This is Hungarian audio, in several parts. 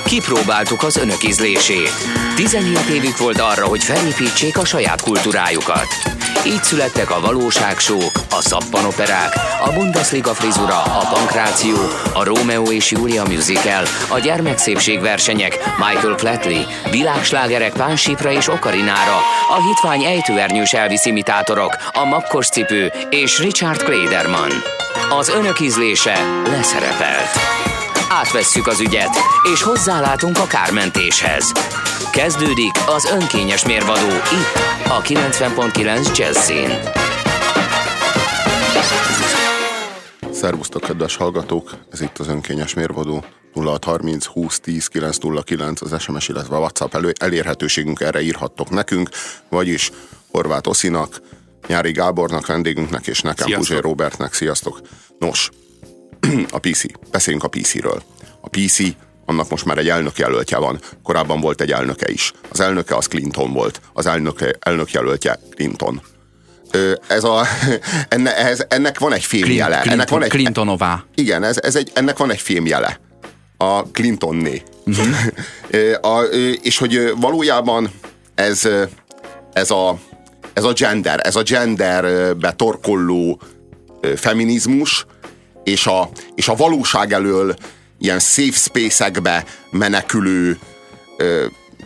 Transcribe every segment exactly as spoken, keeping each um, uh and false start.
Kipróbáltuk az önök ízlését. tizenhét évük volt arra, hogy felépítsék a saját kultúrájukat. Így születtek a valóságsók, a szappanoperák, a Bundesliga frizura, a pankráció, a Rómeó és Júlia musical, a gyermekszépségversenyek, Michael Flatley, világslágerek Pánsipra és Okarinára, a hitvány ejtőernyős Elvis imitátorok, a makkos cipő és Richard Klederman. Az önök ízlése leszerepelt. Átvesszük az ügyet, és hozzálátunk a kármentéshez. Kezdődik az önkényes mérvadó itt, a kilencven pont kilenc Jazzin. Szervusztok, kedves hallgatók! Ez itt az önkényes mérvadó. nulla hat harminc húsz tíz kilenc nulla kilenc az es em es, illetve a WhatsApp elő, elérhetőségünk, erre írhattok nekünk, vagyis Horváth Oszinak, Nyári Gábornak, vendégünknek, és nekem, Puzsér Robertnek. Sziasztok! Nos, a pé cé. Beszéljünk a pé céről. A pé cé, annak most már egy elnökjelöltje van. Korábban volt egy elnöke is. Az elnöke az Clinton volt. Az elnök, elnökjelöltje Clinton. Ez a, enne, ez, ennek van egy fémjele. Clinton, ennek van egy, Clintonová. Igen, ez, ez egy, ennek van egy fémjele. A Clintonné. Uh-huh. a, és hogy valójában ez, ez, a, ez a gender, ez a genderbe torkolló feminizmus, és a, és a valóság elől ilyen safe space-ekbe menekülő, ö,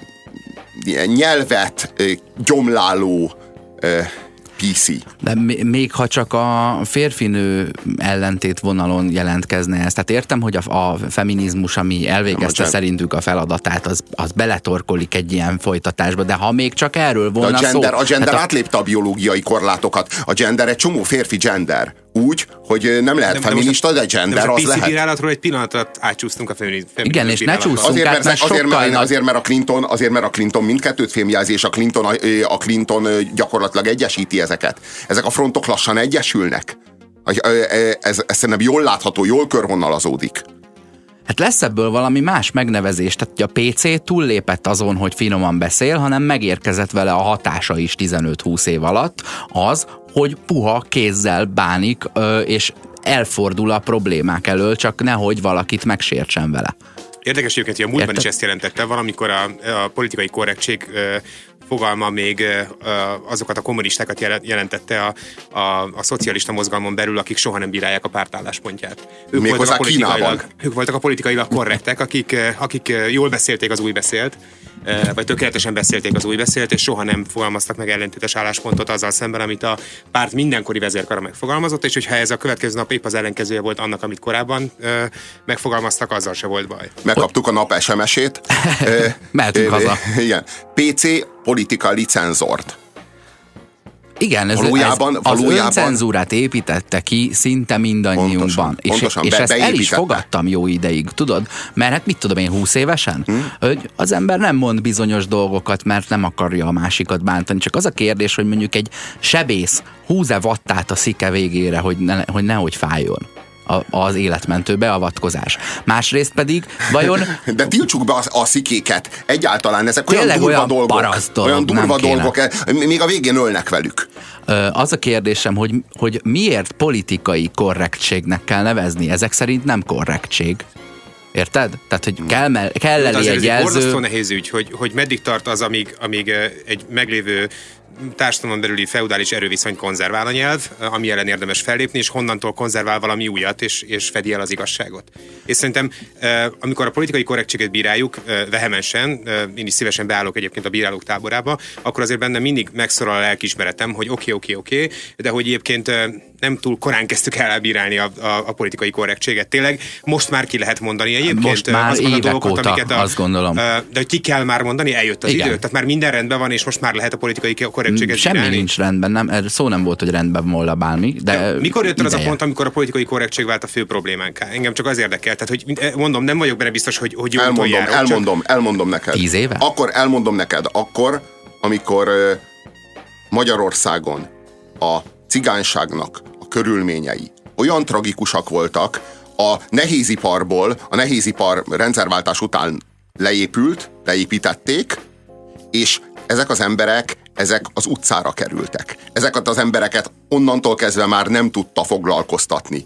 ilyen nyelvet ö, gyomláló ö, pé cé. De még ha csak a férfinő ellentét vonalon jelentkezne ez. Tehát értem, hogy a, a feminizmus, ami elvégezte szerintük a feladatát, az, az beletorkolik egy ilyen folytatásba, de ha még csak erről volna de a gender, szó... A gender hát átlépte a biológiai korlátokat. A gender egy csomó férfi gender. Úgy, hogy nem lehet de, feminista, de, de gender de az lehet. A pé cé bírálatról egy pillanatra átcsúsztunk a feminizmus. Igen, és ne csúszunk azért, át, mert, mert azért, mert, sokkal... azért, mert a Clinton, azért, mert a Clinton mindkettőt fémjelzi, és a Clinton, a Clinton gyakorlatilag egyesíti ezeket. Ezek a frontok lassan egyesülnek. Ez, ez szerintem jól látható, jól körvonalazódik. Hát lesz ebből valami más megnevezés, tehát a pé cé túllépett azon, hogy finoman beszél, hanem megérkezett vele a hatása is tizenöt-húsz év alatt, az, hogy puha kézzel bánik, és elfordul a problémák elől, csak nehogy valakit megsértsen vele. Érdekes egyébként, hogy a múltban Érte? is ezt jelentette, valamikor a, a politikai korrektség fogalma még azokat a kommunistákat jelentette a, a, a szocialista mozgalmon belül, akik soha nem bírálják a pártálláspontját. Ők voltak, a politikailag, ők voltak a politikailag korrektek, akik, akik jól beszélték az új beszélt, vagy tökéletesen beszélték az új beszélt, és soha nem fogalmaztak meg ellentétes álláspontot azzal szemben, amit a párt mindenkori vezérkara megfogalmazott, és hogyha ez a következő nap épp az ellenkezője volt annak, amit korábban ö, megfogalmaztak, azzal se volt baj. Megkaptuk a nap es em es-ét. Mehetünk haza. Igen. pé cé politika licenzort. Igen, ez, valójában, ez valójában, az öncenzúrát építette ki szinte mindannyiunkban. Pontosan, és pontosan, és be, ezt el is fogadtam jó ideig, tudod? Mert hát mit tudom én, húsz évesen? Hmm? Hogy az ember nem mond bizonyos dolgokat, mert nem akarja a másikat bántani. Csak az a kérdés, hogy mondjuk egy sebész húz-e vattát a szike végére, hogy, ne, hogy nehogy fájjon A, az életmentő beavatkozás. Másrészt pedig, vajon... De tiltsuk be a, a szikéket. Egyáltalán ezek olyan durva olyan dolgok. dolog, Olyan durva dolgok. Még a végén ölnek velük. Az a kérdésem, hogy, hogy miért politikai korrektségnek kell nevezni? Ezek szerint nem korrektség. Érted? Tehát, hogy kell, kell elé egy jelző... Ez borzasztó nehéz ügy, hogy, hogy meddig tart az, amíg, amíg egy meglévő társadalomon belüli feudális erőviszony konzervál a nyelv, ami ellen érdemes fellépni, és honnantól konzervál valami újat, és, és fedi el az igazságot. És szerintem, amikor a politikai korrektséget bíráljuk vehemensen, én is szívesen beállok egyébként a bírálók táborába, akkor azért benne mindig megszorul a lelkiismeretem, hogy oké, oké, oké, de hogy egyébként nem túl korán kezdtük el elbírálni a, a, a politikai korrektséget. Tényleg most már ki lehet mondani egyébként most már azokat a dolgokat, óta, amiket a, azt gondolom. De hogy ki kell már mondani, eljött az Igen. idő. Tehát már minden rendben van, és most már lehet a politikai korrektséget Semmi bírálni. nincs rendben, nem, szó nem volt, hogy rendben volna bármi. De de mikor jött el az a ideje. pont, amikor a politikai korrektség vált a fő problémánká? Engem csak az érdekel. Tehát, hogy mondom, nem vagyok benne biztos, hogy, hogy jó elmondom, járok, elmondom, csak... elmondom neked. Tíz éve? Akkor elmondom neked, akkor, amikor uh, Magyarországon a cigányságnak a körülményei olyan tragikusak voltak, a nehéziparból, a nehézipar rendszerváltás után leépült, leépítették, és ezek az emberek, ezek az utcára kerültek. Ezeket az embereket onnantól kezdve már nem tudta foglalkoztatni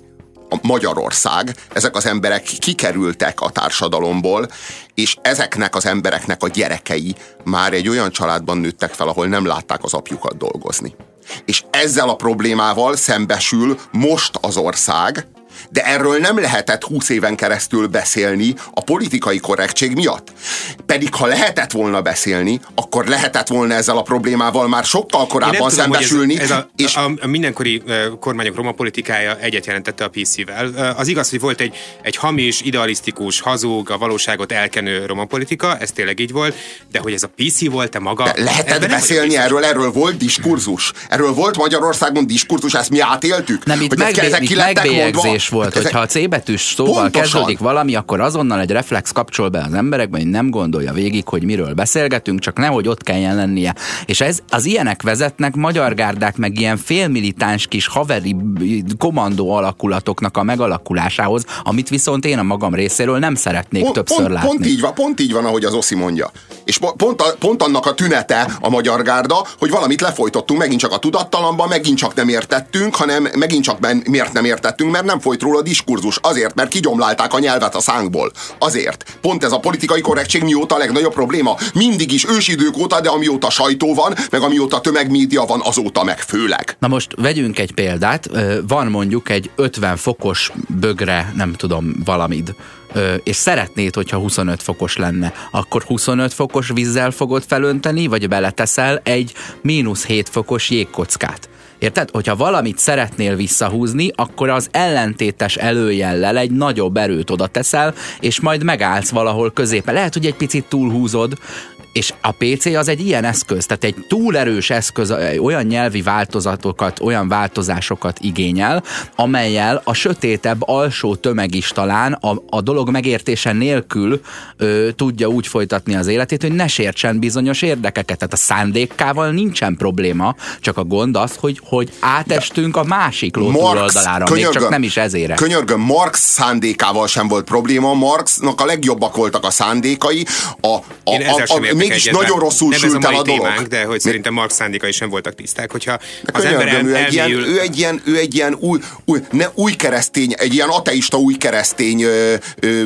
a Magyarország, ezek az emberek kikerültek a társadalomból, és ezeknek az embereknek a gyerekei már egy olyan családban nőttek fel, ahol nem látták az apjukat dolgozni. És ezzel a problémával szembesül most az ország, de erről nem lehetett húsz éven keresztül beszélni a politikai korrektség miatt. Pedig ha lehetett volna beszélni, akkor lehetett volna ezzel a problémával már sokkal korábban tudom, szembesülni. Ez, ez a, és a, a mindenkori uh, kormányok roma politikája egyet jelentette a pé cé-vel. Uh, az igaz, hogy volt egy, egy hamis, idealisztikus, hazug, a valóságot elkenő roma politika, ez tényleg így volt, de hogy ez a pé cé volt-e maga? De lehetett beszélni erről, erről volt diskurzus. Erről volt Magyarországon diskurzus, ezt mi átéltük. Nem, itt megbélyegzés volt, ezek... hogyha a C betűs szóval pontosan kezdődik valami, akkor azonnal egy reflex kapcsol be az emberekben, hogy nem gondolja végig, hogy miről beszélgetünk, csak nehogy ott kelljen lennie. És ez, az ilyenek vezetnek magyar gárdák, meg ilyen félmilitáns kis haveri kommandó alakulatoknak a megalakulásához, amit viszont én a magam részéről nem szeretnék pont, többször pont, látni. Pont így van, pont így van, ahogy az Oszi mondja. És pont, a, pont annak a tünete a magyar gárda, hogy valamit lefolytottunk, megint csak a tudattalamban, megint csak nem értettünk, hanem megint csak ben, miért nem értettünk, mert nem folyt róla a diskurzus. Azért, mert kigyomlálták a nyelvet a szánkból. Azért. Pont ez a politikai korrektség mióta a legnagyobb probléma. Mindig is ősidők óta, de amióta sajtó van, meg amióta tömegmédia van, azóta meg főleg. Na most vegyünk egy példát. Van mondjuk egy ötven fokos bögre, nem tudom, valamid, és szeretnéd, hogyha huszonöt fokos lenne, akkor huszonöt fokos vízzel fogod felönteni, vagy beleteszel egy mínusz hét fokos jégkockát. Érted? Hogyha valamit szeretnél visszahúzni, akkor az ellentétes előjellel egy nagyobb erőt oda teszel, és majd megállsz valahol középen. Lehet, hogy egy picit túlhúzod, és a pé cé az egy ilyen eszköz, tehát egy túlerős eszköz, olyan nyelvi változatokat, olyan változásokat igényel, amellyel a sötétebb alsó tömeg is talán a, a dolog megértése nélkül ö, tudja úgy folytatni az életét, hogy ne sértsen bizonyos érdekeket. Tehát a szándékkával nincsen probléma, csak a gond az, hogy, hogy átestünk a másik ló túloldalára, még csak nem is ezért. Könyörgöm, Marx szándékával sem volt probléma, Marxnak a legjobbak voltak a szándékai, a, a, a, a, mégis nagyon rosszul sült el a dolog. Témánk, de hogy szerintem Marx szándékai sem voltak tiszták. Hogyha az ember el, ő, egy ilyen, ő egy ilyen, ő egy ilyen új, új, ne, új keresztény, egy ilyen ateista új keresztény ö, ö,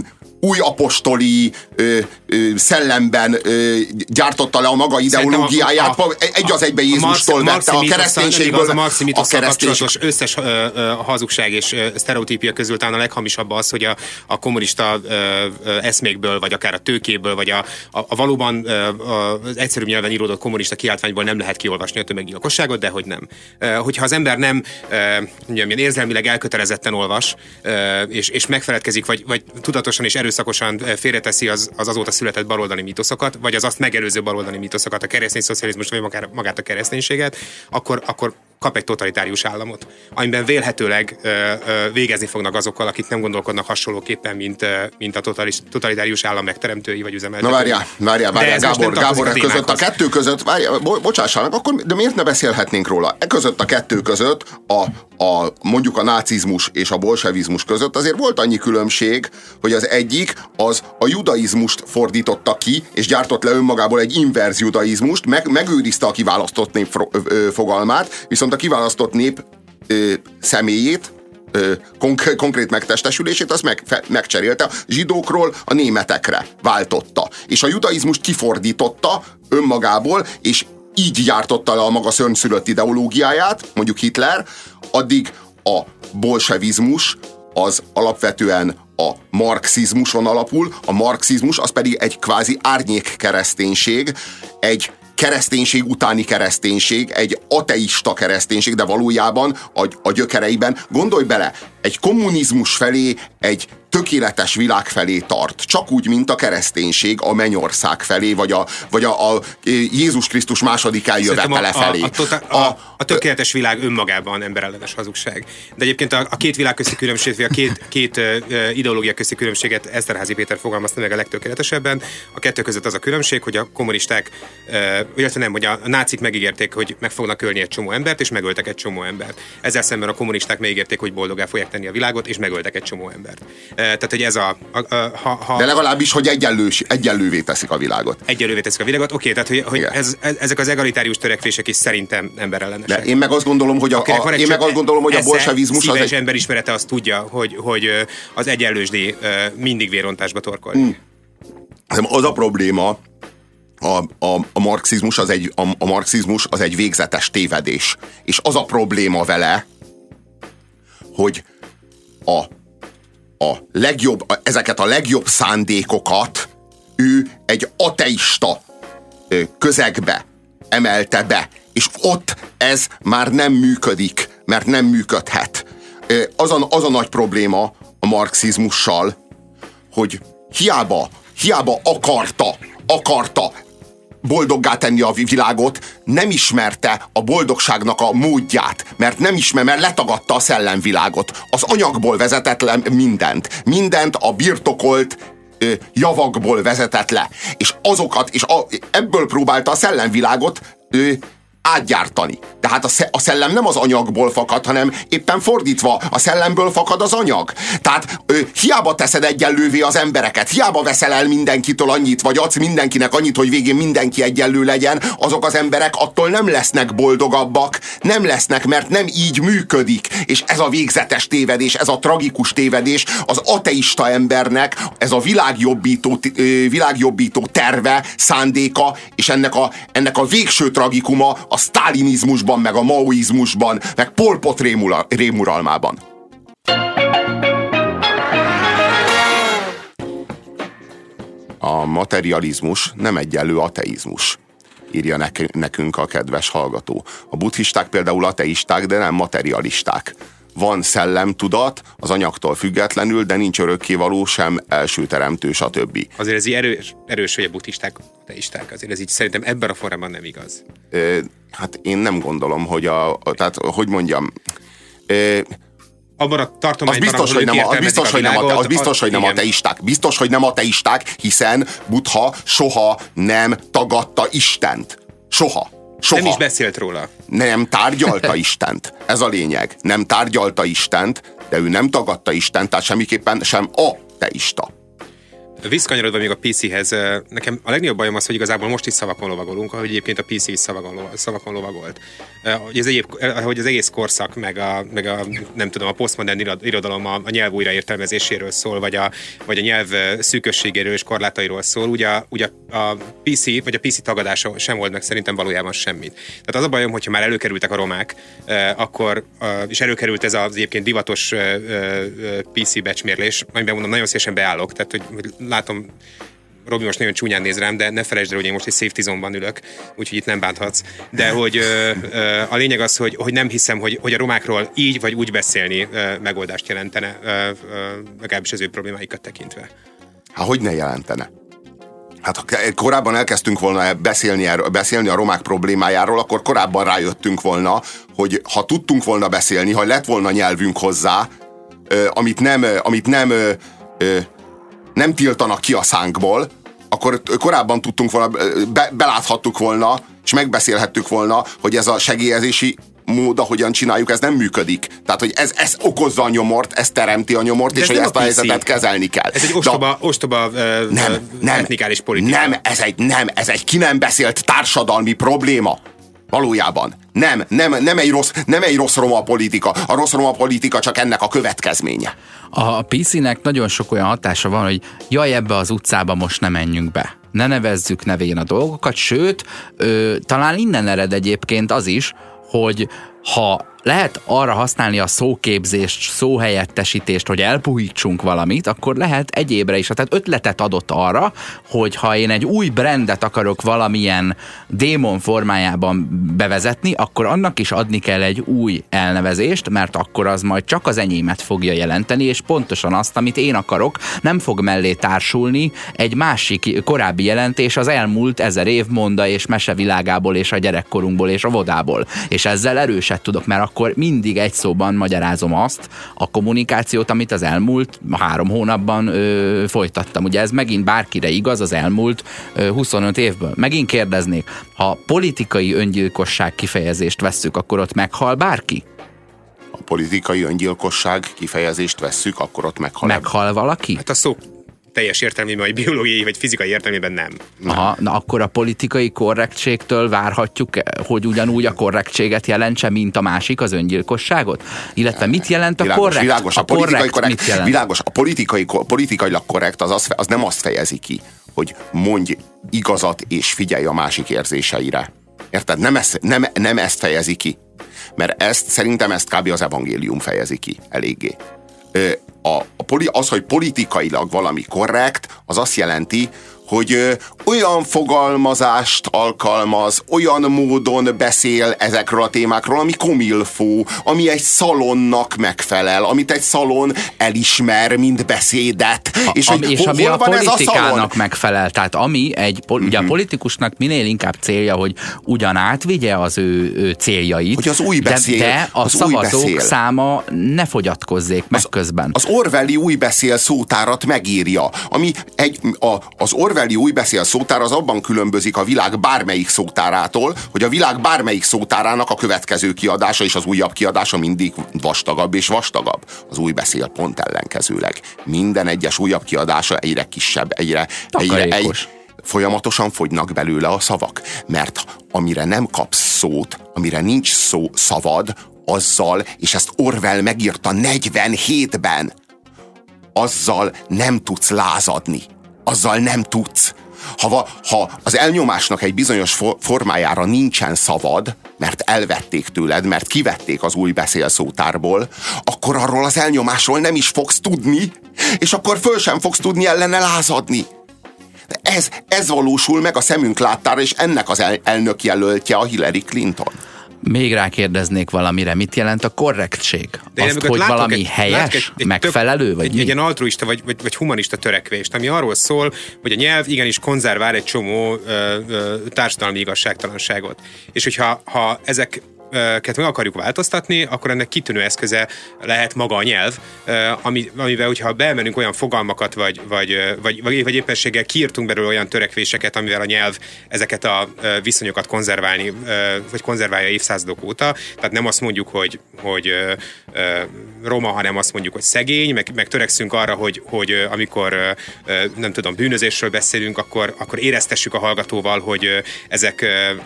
új apostoli ö, ö, szellemben ö, gyártotta le a maga ideológiáját, a, a, egy az egybe Jézustól vette a kereszténységből. A Marxi mitosszal kapcsolatos összes ö, ö, hazugság és ö, sztereotípia közül talán a leghamisabb az, hogy a, a kommunista ö, ö, eszmékből, vagy akár a tőkéből, vagy a, a, a valóban ö, az egyszerűbb nyelven íródott kommunista kiáltványból nem lehet kiolvasni a tömeggyilkosságot, de hogy nem. Ö, hogyha az ember nem ö, mondjam, érzelmileg elkötelezetten olvas, ö, és, és megfeledkezik, vagy, vagy tudatosan és erőszakosan félreteszi az, az azóta született baloldali mítoszokat, vagy az azt megelőző baloldali mítoszokat, a keresztény szocializmus, vagy magát a kereszténységet, akkor, akkor kap egy totalitárius államot, amiben vélhetőleg ö, ö, végezni fognak azokkal, akik nem gondolkodnak hasonlóképpen, mint, ö, mint a totalitárius állam megteremtői vagy üzemeltetői. Na várjál, várjál, várjál, Gábor, Gábor, a között a kettő között, várjál, bo- bocsássanak, akkor, de miért ne beszélhetnénk róla? E között a kettő között, a, a, mondjuk a nácizmus és a bolsevizmus között azért volt annyi különbség, hogy az egyik az a judaizmust fordította ki, és gyártott le önmagából egy inverz judaizmust, meg, megőrizte a kiválasztott nép fogalmát, viszont a kiválasztott nép ö, személyét, ö, konk- konkrét megtestesülését, azt meg, fe, megcserélte, a zsidókról a németekre váltotta. És a judaizmust kifordította önmagából, és így gyártotta le a maga szörnyszülött ideológiáját, mondjuk Hitler, addig a bolsevizmus az alapvetően a marxizmuson alapul, a marxizmus az pedig egy kvázi árnyék kereszténység, egy kereszténység utáni kereszténység, egy ateista kereszténység, de valójában a, a gyökereiben, gondolj bele, egy kommunizmus felé, egy tökéletes világ felé tart. Csak úgy, mint a kereszténység a mennyország felé, vagy a, vagy a, a Jézus Krisztus második eljövetele felé. A, a, totál, a, a, a tökéletes világ önmagában emberellenes hazugság. De egyébként a, a két világ közti különbség, vagy a két, két uh, ideológia közti különbséget Eszterházy Péter fogalmazta meg a legtökéletesebben. A kettő között az a különbség, hogy a kommunisták, uh, illetve nem, hogy a nácik megígérték, hogy meg fognak ölni egy csomó embert, és megöltek egy csomó embert. Ezzel szemben a kommunisták megígérték, hogy boldoggá fogják tenni a világot, és megöltek egy csomó embert. Tehát, hogy ez a... a, a ha, ha De legalábbis, hogy egyenlős, egyenlővé teszik a világot. Egyenlővé teszik a világot, oké, tehát, hogy, hogy ez, ezek az egalitárius törekvések is szerintem emberellenesek. De én meg azt gondolom, hogy a, a, én meg azt gondolom, hogy a bolsevizmus az egy... emberismerete azt tudja, hogy, hogy az egyenlősdi mindig vérontásba torkol. Hmm. Az a probléma, A, a, a, marxizmus az egy, a, a marxizmus az egy végzetes tévedés. És az a probléma vele, hogy a, a legjobb, a, ezeket a legjobb szándékokat ő egy ateista közegbe emelte be. És ott ez már nem működik, mert nem működhet. Az a, az a nagy probléma a marxizmussal, hogy hiába, hiába akarta, akarta boldoggá tenni a világot, nem ismerte a boldogságnak a módját, mert nem ismer, mert letagadta a szellemvilágot. Az anyagból vezetett le mindent. Mindent a birtokolt ö, javakból vezetett le. És azokat, és a, ebből próbálta a szellemvilágot ö, átgyártani. Tehát a szellem nem az anyagból fakad, hanem éppen fordítva, a szellemből fakad az anyag. Tehát ö, hiába teszed egyenlővé az embereket, hiába veszel el mindenkitől annyit, vagy adsz mindenkinek annyit, hogy végén mindenki egyenlő legyen, azok az emberek attól nem lesznek boldogabbak, nem lesznek, mert nem így működik. És ez a végzetes tévedés, ez a tragikus tévedés az ateista embernek, ez a világjobbító, ö, világjobbító terve, szándéka, és ennek a, ennek a végső tragikuma a sztálinizmusban, meg a maoizmusban, meg Pol Pot rémuralmában. A materializmus nem egyenlő ateizmus, írja nekünk a kedves hallgató. A buddhisták például ateisták, de nem materialisták. Van szellemtudat, az anyagtól függetlenül, de nincs örökkévaló, sem első teremtő, stb. Azért ez így erős, erős, hogy a buddhisták ateisták. Azért ez így szerintem ebben a formában nem igaz. Ö, hát én nem gondolom, hogy a... Tehát, hogy mondjam... Ö, abban a tartományban, az biztos, hogy nem, az biztos, hogy nem, az biztos, hogy nem ateisták. Biztos, hogy nem ateisták, hiszen Buddha soha nem tagadta Istent. Soha. Soha. Nem is beszélt róla. Nem tárgyalta Istent. Ez a lényeg. Nem tárgyalta Istent, de ő nem tagadta Istent, tehát semmiképpen sem ateista. Visszakanyarodva még a pé céhez, nekem a legnagyobb bajom az, hogy igazából most is szavakon lovagolunk, ahogy egyébként a pé cé is szavakon, szavakon lovagolt. Hogy az, egyéb, hogy az egész korszak, meg a, meg a nem tudom, a posztmodern irodalom a, a nyelv újraértelmezéséről szól, vagy a, vagy a nyelv szűkösségéről és korlátairól szól. Ugye, ugye a pé cé, vagy a pé cé tagadása sem volt meg szerintem valójában semmit. Tehát az a bajom, hogyha már előkerültek a romák, akkor, és előkerült ez az egyébként divatos pé cé becsmérlés, amiben mondom, nagyon szívesen beállok, tehát hogy látom, Robi most nagyon csúnyán néz rám, de ne felejtsd el, hogy én most egy safety zone-ban ülök, úgyhogy itt nem bánthatsz. De hogy ö, ö, a lényeg az, hogy, hogy nem hiszem, hogy, hogy a romákról így vagy úgy beszélni ö, megoldást jelentene, ö, ö, legalábbis az ő problémáikat tekintve. Hát hogy ne jelentene? Hát ha korábban elkezdtünk volna beszélni, erről, beszélni a romák problémájáról, akkor korábban rájöttünk volna, hogy ha tudtunk volna beszélni, ha lett volna nyelvünk hozzá, ö, amit nem, amit nem ö, ö, nem tiltanak ki a szánkból, akkor korábban tudtunk volna, be, beláthattuk volna, és megbeszélhettük volna, hogy ez a segélyezési mód, ahogyan csináljuk, ez nem működik. Tehát, hogy ez, ez okozza a nyomort, ez teremti a nyomort, és hogy ezt a, a helyzetet kezelni kell. Ez egy ostoba, De, ostoba uh, nem, nem, etnikális politika. Nem, ez egy, nem, ez egy ki nem beszélt társadalmi probléma. Valójában. Nem, nem, nem, egy rossz, nem egy rossz roma politika. A rossz roma politika csak ennek a következménye. A pé cének nagyon sok olyan hatása van, hogy jaj, ebbe az utcába most ne menjünk be. Ne nevezzük nevén a dolgokat, sőt, ö, talán innen ered egyébként az is, hogy ha lehet arra használni a szóképzést, szóhelyettesítést, hogy elpuhítsunk valamit, akkor lehet egyébre is. Tehát ötletet adott arra, hogy ha én egy új brandet akarok valamilyen démon formájában bevezetni, akkor annak is adni kell egy új elnevezést, mert akkor az majd csak az enyémet fogja jelenteni, és pontosan azt, amit én akarok, nem fog mellé társulni egy másik korábbi jelentés az elmúlt ezer év monda és mesevilágából és a gyerekkorunkból és a vodából. És ezzel erőset tudok, mert akkor mindig egy szóban magyarázom azt, a kommunikációt, amit az elmúlt három hónapban ö, folytattam. Ugye ez megint bárkire igaz az elmúlt ö, huszonöt évből. Megint kérdeznék, ha politikai öngyilkosság kifejezést vesszük, akkor ott meghal bárki? politikai öngyilkosság kifejezést vesszük, akkor ott meghal. Meghal valaki? Hát a szó teljes értelmében, vagy biológiai, vagy fizikai értelmében nem. Aha, na akkor a politikai korrektségtől várhatjuk, hogy ugyanúgy a korrektséget jelentse, mint a másik, az öngyilkosságot? Illetve mit jelent a világos, korrekt? Világos, a, a politikai korrekt, korrekt, mit jelent? Világos, a politikai, politikailag korrekt az, az, az nem azt fejezi ki, hogy mondj igazat és figyelj a másik érzéseire. Érted? Nem, ez, nem, nem ezt fejezi ki. Mert ezt, szerintem ezt kb. Az evangélium fejezi ki eléggé. A, a, az, hogy politikailag valami korrekt, az azt jelenti, hogy ö, olyan fogalmazást alkalmaz, olyan módon beszél ezekről a témákról, ami komilfó, ami egy szalonnak megfelel, amit egy szalon elismer, mint beszédet. A, és ami, hogy és hol, ami hol a van ez a politikának szalon? megfelel. Tehát ami egy, uh-huh. ugye a politikusnak minél inkább célja, hogy ugyan átvigye az ő, ő céljait, hogy az új beszél, de, de a az szavazók új beszél. száma ne fogyatkozzék meg az, közben. Az Orwelli új beszél szótárat megírja. Ami egy, a, az Orwelli új beszél szótár az abban különbözik a világ bármelyik szótárától, hogy a világ bármelyik szótárának a következő kiadása és az újabb kiadása mindig vastagabb és vastagabb. Az új beszél pont ellenkezőleg. Minden egyes újabb kiadása egyre kisebb, egyre, egyre egy, folyamatosan fogynak belőle a szavak. Mert amire nem kapsz szót, amire nincs szó, szavad, azzal, és ezt Orwell megírta negyvenhétben, azzal nem tudsz lázadni. Azzal nem tudsz. Ha, ha az elnyomásnak egy bizonyos formájára nincsen szavad, mert elvették tőled, mert kivették az új beszélszótárból, akkor arról az elnyomásról nem is fogsz tudni, és akkor föl sem fogsz tudni ellene lázadni. De ez, ez valósul meg a szemünk láttára, és ennek az el, elnök jelöltje a Hillary Clinton. Még rákérdeznék valamire, mit jelent a korrektség? De azt, hogy valami egy, helyes, egy, egy megfelelő, tök, vagy egy, egy ilyen altruista, vagy, vagy, vagy humanista törekvést, ami arról szól, hogy a nyelv igenis konzervál egy csomó ö, ö, társadalmi igazságtalanságot. És hogyha ha ezek meg akarjuk változtatni, akkor ennek kitűnő eszköze lehet maga a nyelv, ami, amivel, hogyha beemelünk olyan fogalmakat, vagy, vagy, vagy, vagy éppenséggel kiírtunk belőle olyan törekvéseket, amivel a nyelv ezeket a viszonyokat konzerválni, vagy konzerválja évszázadok óta. Tehát nem azt mondjuk, hogy, hogy roma, hanem azt mondjuk, hogy szegény, meg, meg törekszünk arra, hogy, hogy amikor nem tudom, bűnözésről beszélünk, akkor, akkor éreztessük a hallgatóval, hogy ezek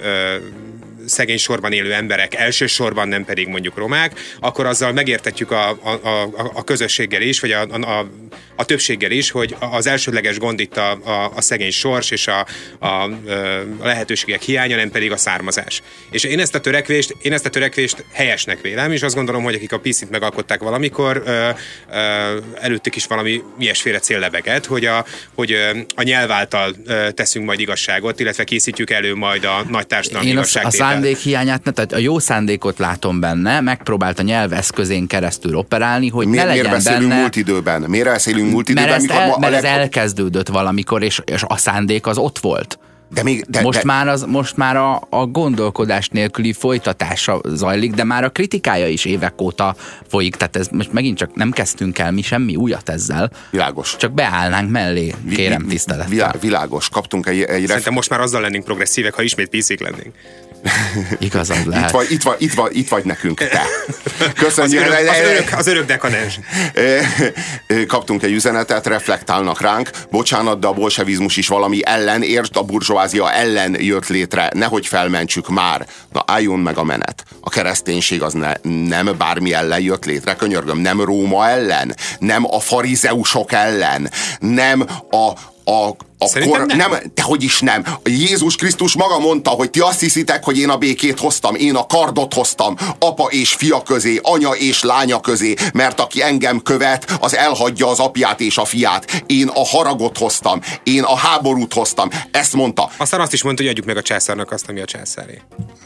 szegény sorban élő emberek, elsősorban nem pedig mondjuk romák, akkor azzal megértetjük a, a, a, a közösséggel is, vagy a, a, a többséggel is, hogy az elsődleges gond itt a, a, a szegény sors és a, a, a lehetőségek hiánya, nem pedig a származás. És én ezt a törekvést, én ezt a törekvést helyesnek vélem, és azt gondolom, hogy akik a pé cét megalkották valamikor, ö, ö, előttük is valami ilyesféle cél lebegett, hogy a, hogy a nyelv által ö, teszünk majd igazságot, illetve készítjük elő majd a nagy társadalmi igazságtételt. Szándék hiányát, ne, tehát a jó szándékot látom benne, megpróbált a nyelv eszközén keresztül operálni, hogy Mi, ne legyen miért beszélünk benne... múlt időben? Miért beszélünk múlt időben? Mert, mikor el, ma, mert leg... ez elkezdődött valamikor, és, és a szándék az ott volt. De még, de, most, de... Már az, most már a, a gondolkodás nélküli folytatása zajlik, de már a kritikája is évek óta folyik, tehát ez most megint csak nem kezdtünk el mi semmi újat ezzel. Világos. Csak beállnánk mellé, kérem tisztelettel. Vilá, világos, kaptunk egy... egy Szerintem most már azzal lennénk progresszívek, ha ismét pé cék lennénk. Igazad lehet. Itt vagy, itt, vagy, itt, vagy, itt vagy nekünk, te. Köszönjük. Az örök, az örök, az örök dekadens. Kaptunk egy üzenetet, reflektálnak ránk. Bocsánat, de a bolsevizmus is valami ellen, értsd, a burzsóázia ellen jött létre. Nehogy felmentsük már. Na, álljon meg a menet. A kereszténység az ne, nem bármi ellen jött létre, könyörgöm. Nem Róma ellen, nem a farizeusok ellen, nem a A, a kor, nem. nem, dehogy is nem. Jézus Krisztus maga mondta, hogy ti azt hiszitek, hogy én a békét hoztam, én a kardot hoztam, apa és fia közé, anya és lánya közé, mert aki engem követ, az elhagyja az apját és a fiát. Én a haragot hoztam, én a háborút hoztam. Ezt mondta. Aztán azt is mondta, hogy adjuk meg a császárnak azt, ami a császáré.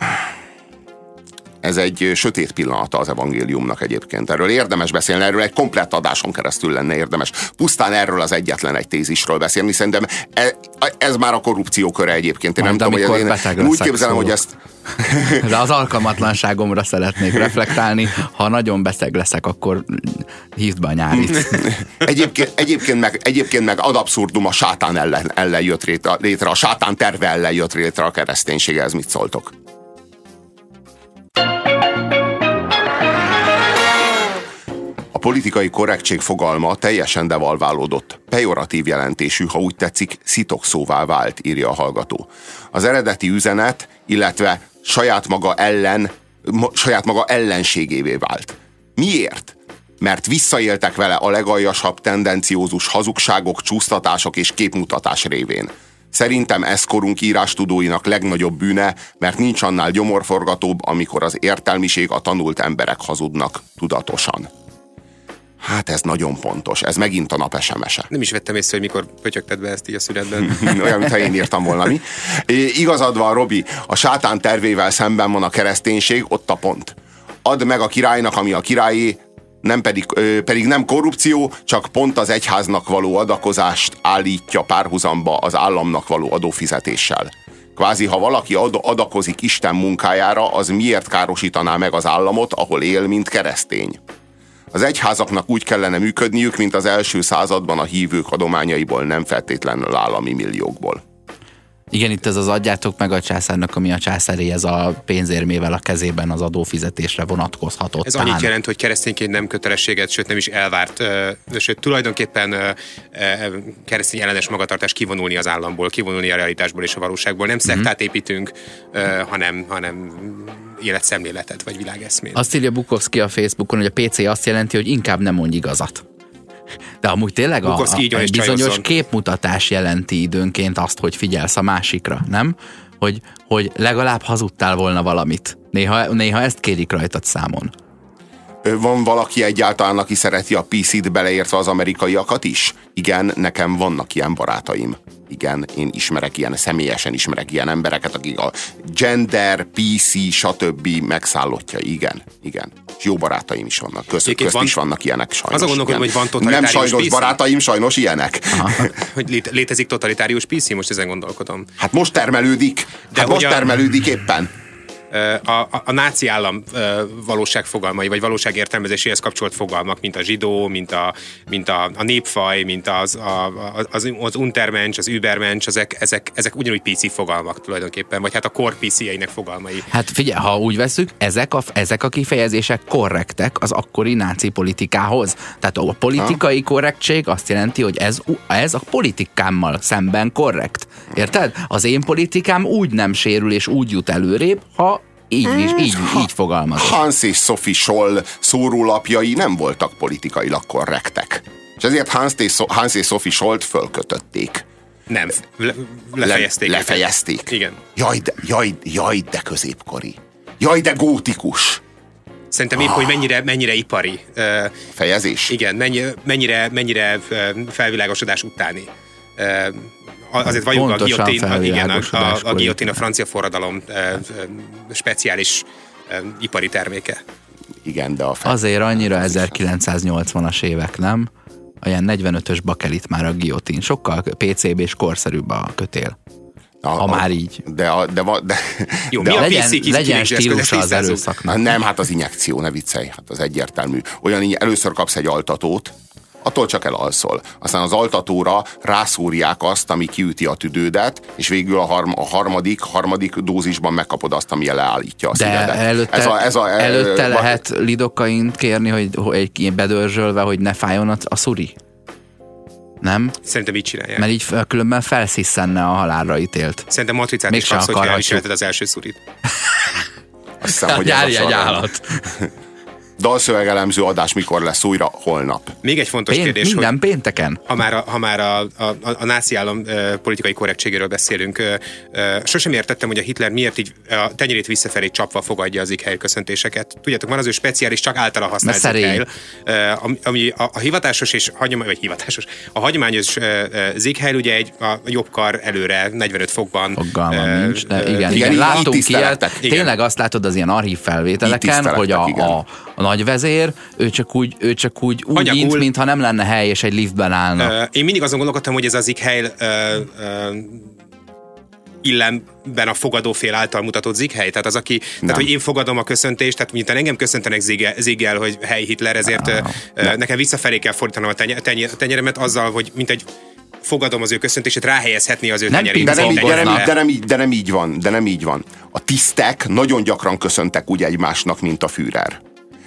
Ez egy sötét pillanata az evangéliumnak egyébként. Erről érdemes beszélni, erről egy komplett adáson keresztül lenne érdemes. Pusztán erről az egyetlen egy tézisről beszélni, szerintem ez, ez már a korrupció köre egyébként. Én Majd nem tudom, hogy én úgy képzelem, szólok. Hogy ezt... De az alkalmatlanságomra szeretnék reflektálni. Ha nagyon beteg leszek, akkor hívd be a nyárit. Egyébként, egyébként, meg, egyébként meg ad abszurdum a sátán ellen, ellen jött létre, a sátán terve ellen jött létre a kereszténység. Ez mit szóltok? A politikai korrektség fogalma teljesen devalválódott, pejoratív jelentésű, ha úgy tetszik, szitokszóvá vált, írja a hallgató. Az eredeti üzenet, illetve saját maga ellen, saját maga ellenségévé vált. Miért? Mert visszaéltek vele a legaljasabb tendenciózus hazugságok, csúsztatások és képmutatás révén. Szerintem ez korunk írástudóinak legnagyobb bűne, mert nincs annál gyomorforgatóbb, amikor az értelmiség, a tanult emberek hazudnak tudatosan. Hát ez nagyon pontos, ez megint a nap es em es-e. Nem is vettem észre, hogy mikor pötyögted be ezt így a szünetben. Olyan, mintha én írtam volna, mi? É, igazad van, Robi, a sátán tervével szemben van a kereszténység, ott a pont. Add meg a királynak, ami a királyé, nem pedig, ö, pedig nem korrupció, csak pont az egyháznak való adakozást állítja párhuzamba az államnak való adófizetéssel. Kvázi, ha valaki ad- adakozik Isten munkájára, az miért károsítaná meg az államot, ahol él, mint keresztény? Az egyházaknak úgy kellene működniük, mint az első században a hívők adományaiból, nem feltétlenül állami milliókból. Igen, itt ez az adjátok meg a császárnak, ami a császári, ez a pénzérmével a kezében az adófizetésre vonatkozhatott. Ez annyit jelent, hogy keresztényként nem kötelességet, sőt nem is elvárt, sőt tulajdonképpen keresztény ellenes magatartás kivonulni az államból, kivonulni a realitásból és a valóságból. Nem szektát építünk, hanem, hanem életszemléletet vagy világeszmét. Azt írja Bukowski a Facebookon, hogy a pé cé azt jelenti, hogy inkább nem mondj igazat. De amúgy tényleg a, a, a bizonyos csajozzon. Képmutatás jelenti időnként azt, hogy figyelsz a másikra, nem? Hogy, hogy legalább hazudtál volna valamit. Néha, néha ezt kérik rajtad számon. Van valaki egyáltalán, aki szereti a pé cét, beleértve az amerikaiakat is? Igen, nekem vannak ilyen barátaim. Igen, én ismerek ilyen, személyesen ismerek ilyen embereket, akik a gender, pé cé, stb. Megszállottja. Igen, igen. És jó barátaim is vannak. Közt, közt van, is vannak ilyenek sajnos. Az a gondolkodom, hogy van totalitárius Nem sajnos pé cé? Barátaim, sajnos ilyenek. Hogy lé- létezik totalitárius pé cé? Most ezen gondolkodom. Hát most termelődik. De hát most a... termelődik éppen. A, a, a náci állam valóságfogalmai, vagy valóságértelmezéséhez kapcsolt fogalmak, mint a zsidó, mint a, mint a, a népfaj, mint az, a, az, az Untermensch, az Übermensch, ezek, ezek, ezek ugyanúgy pé cé fogalmak tulajdonképpen, vagy hát a core pé cé-einek fogalmai. Hát figyelj, ha úgy veszük, ezek a, ezek a kifejezések korrektek az akkori náci politikához. Tehát a politikai korrektség azt jelenti, hogy ez, ez a politikámmal szemben korrekt. Érted? Az én politikám úgy nem sérül és úgy jut előrébb, ha Így, így, így, így fogalmaz. Hans és Sophie Scholl szórólapjai nem voltak politikailag korrektek. És ezért Hans és, so- Hans és Sophie Schollt fölkötötték. Nem, le- lefejezték. Le- lefejezték. Igen. Jaj de, jaj, jaj, de középkori. Jaj, de gótikus. Szerintem épp, ah. hogy mennyire, mennyire ipari. Uh, Fejezés? Igen, mennyi, mennyire, mennyire felvilágosodás utáni. Uh, azért valljuk a guillotine, a, igen, a, a, a guillotine a francia forradalom e, e, speciális e, ipari terméke. Igen, de a fel... Azért annyira ezerkilencszáznyolcvanas évek, nem? Olyan negyvenötös bakelit már a guillotine. Sokkal pé cé bé és korszerűbb a kötél. A, ha a, már így. De, a, de, de, Jó, de mi a legyen, pé cé legyen stílusa az erőszaknak. Nem, hát az injekció, ne viccelj, hát az egyértelmű. Olyan, először kapsz egy altatót, attól csak elalszol. Aztán az altatóra rászúrják azt, ami kiüti a tüdődet, és végül a, harm, a harmadik, harmadik dózisban megkapod azt, ami leállítja a de szívedet. Előtte, ez a, ez a, előtte e, lehet lidokaint kérni, hogy, hogy egy bedörzsölve, hogy ne fájjon a, a szuri? Nem? Szerintem így csinálják. Mert így különben felsziszenne a halálra ítélt. Szerintem matricát is kapsz, hogy elviselted az első szurit. Azt hiszem, hogy ez egy állat. Dalszövegelemző adás mikor lesz újra? Holnap. Még egy fontos Pént, kérdés, minden hogy pénteken. Ha már a, ha már a, a, a, a náci állam uh, politikai korrektségéről beszélünk, uh, uh, sosem értettem, hogy a Hitler miért így a tenyerét visszafelé csapva fogadja az Sieg köszöntéseket. Tudjátok, van az ő speciális, csak általa használt Sieg uh, ami, ami a, a hivatásos és hagyomány, vagy hivatásos, a hagyományos uh, Sieg ugye egy a jobb kar előre negyvenöt fokban. Fogalmam uh, nincs, de igen, igen, igen, látunk ilyet. Tényleg azt látod az ilyen archív felvételeken, hogy a, a, a nagyvezér, ő csak úgy, ő csak úgy, úgy Hanyagul, int, mintha nem lenne hely, és egy liftben állna. Uh, én mindig azon gondolkodtam, hogy ez az Sieg uh, uh, illemben a fogadófél által mutatott Sieg, tehát az, aki, tehát, hogy én fogadom a köszöntést, tehát miután engem köszöntenek Sieg-el, hogy hely Hitler, ezért uh, uh, nekem visszafelé kell fordítanom a tenyer, tenyer, tenyeremet azzal, hogy mint egy fogadom az ő köszöntését, ráhelyezhetni az ő tenyerét. De nem, így, de, nem, de, nem így, de nem így van, de nem így van. A tisztek nagyon gyakran köszöntek úgy egymásnak, mint a Führer.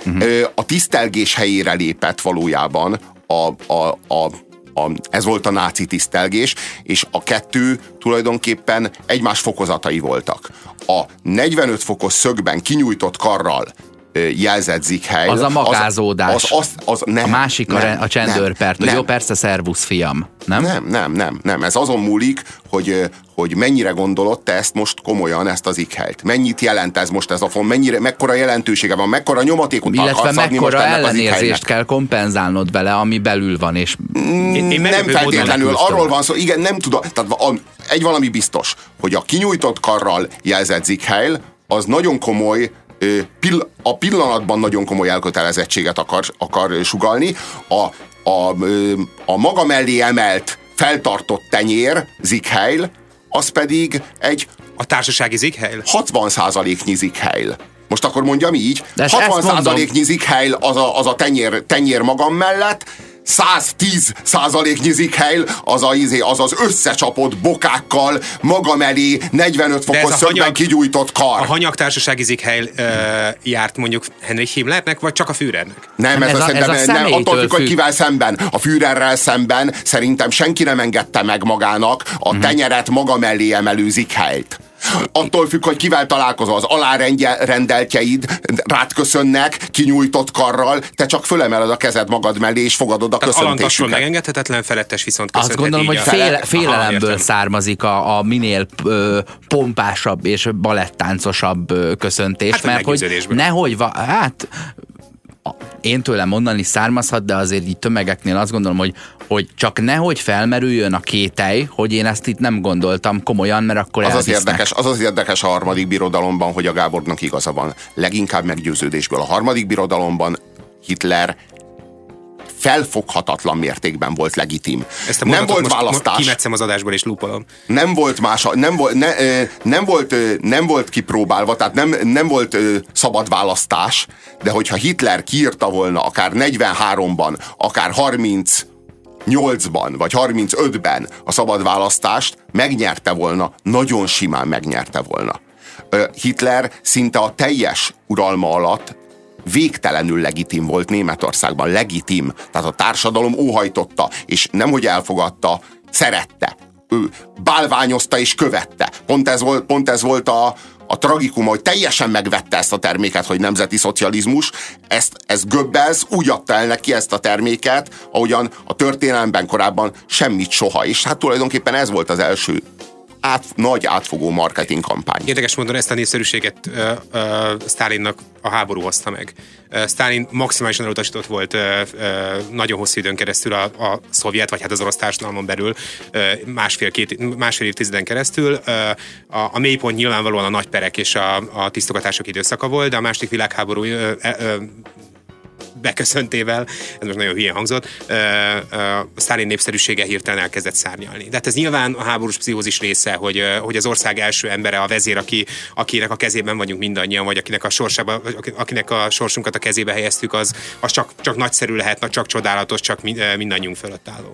uh-huh. a tisztelgés helyére lépett valójában a, a, a A, ez volt a náci tisztelgés, és a kettő tulajdonképpen egymás fokozatai voltak. A negyvenöt fokos szögben kinyújtott karral jelzett Sieg-Heil. Az a magázódás. Az, az, az, az, nem, a másik nem, a, a csendőrpert. Jó, persze, szervusz, fiam. Nem? Nem, nem, nem, nem. Ez azon múlik, hogy, hogy mennyire gondolod te ezt most komolyan, ezt az Sieg-Heilt. Mennyit jelent ez most ez a font, mennyire, mekkora jelentősége van, mekkora nyomatékot akarsz adni most ennek mekkora az ellenérzést kell kompenzálnod vele, ami belül van, és... Én, én nem feltétlenül, arról van szó, igen, nem tudom, tehát a, egy valami biztos, hogy a kinyújtott karral jelzett Sieg-Heil, az nagyon komoly, a pillanatban nagyon komoly elkötelezettséget akar, akar sugallni. A, a, a maga mellé emelt, feltartott tenyér, Sieg-Heil, az pedig egy... A társasági Sieg-Heil? hatvan százaléknyi Sieg-Heil. Most akkor mondjam így, de hatvan százaléknyi Sieg-Heil az a, az a tenyér, tenyér magam mellett, száz tíz százaléknyi Sieg-Heil az, a, az az összecsapott bokákkal magam elé negyvenöt fokos szögben kigyújtott kar. A hanyagtársasági Sieg-Heil uh, járt mondjuk Heinrich Himmlernek, vagy csak a Führernek? Nem, nem ez, ez, a, ez a nem, attól függ, függ, hogy kivel szemben. A Führerrel szemben szerintem senki nem engedte meg magának a uh-huh. tenyeret maga mellé emelő Sieg-Heilt. Attól függ, hogy kivel találkozol, az alárendeltjeid rád köszönnek, kinyújtott karral, te csak fölemeled a kezed magad mellé, és fogadod a tehát köszöntésüket. megengedhetetlen, felettes viszont köszönhet. Azt gondolom, hogy a... féle, félelemből Aha, származik a, a minél ö, pompásabb és balettáncosabb ö, köszöntés, hát, mert hogy nehogy, va, hát én tőlem mondani származhat, de azért így tömegeknél azt gondolom, hogy, hogy csak nehogy felmerüljön a kételj, hogy én ezt itt nem gondoltam komolyan, mert akkor az az érdekes, az az érdekes a harmadik birodalomban, hogy a Gábornak igaza van. Leginkább meggyőződésből. A harmadik birodalomban Hitler felfoghatatlan mértékben volt legitim. Nem volt választás. Kimetszem az adásból és lúpolom. Nem volt más, nem volt, ne, nem volt, nem volt kipróbálva, tehát nem, nem volt szabad választás, de hogyha Hitler kiírta volna akár negyvenháromban, akár harmincnyolcban, vagy harmincötben a szabad választást, megnyerte volna, nagyon simán megnyerte volna. Hitler szinte a teljes uralma alatt végtelenül legitim volt Németországban, legitim. Tehát a társadalom óhajtotta, és nemhogy elfogadta, szerette. Ő bálványozta és követte. Pont ez volt, pont ez volt a, a tragikum, hogy teljesen megvette ezt a terméket, hogy nemzeti szocializmus. Ezt, ezt Goebbels úgy adta el neki ezt a terméket, ahogyan a történelemben korábban semmit soha. És hát tulajdonképpen ez volt az első Át, nagy átfogó marketing kampány. Érdekes módon ezt a népszerűséget uh, uh, Sztálinnak a háború hozta meg. Uh, Sztálin maximálisan elutasított volt uh, uh, nagyon hosszú időn keresztül a, a szovjet, vagy hát az orosz társadalmon belül uh, másfél, két, másfél évtizeden keresztül. Uh, a, a mélypont nyilvánvalóan a nagy perek és a, a tisztogatások időszaka volt, de a második világháború uh, uh, beköszöntével, ez most nagyon hülyen hangzott, uh, uh, a Sztálin népszerűsége hirtelen elkezdett szárnyalni. De hát ez nyilván a háborús pszichózis része, hogy, uh, hogy az ország első embere, a vezér, aki, akinek a kezében vagyunk mindannyian, vagy akinek a, sorsába, akinek a sorsunkat a kezébe helyeztük, az, az csak, csak nagyszerű lehet, csak csodálatos, csak mindannyiunk fölött álló.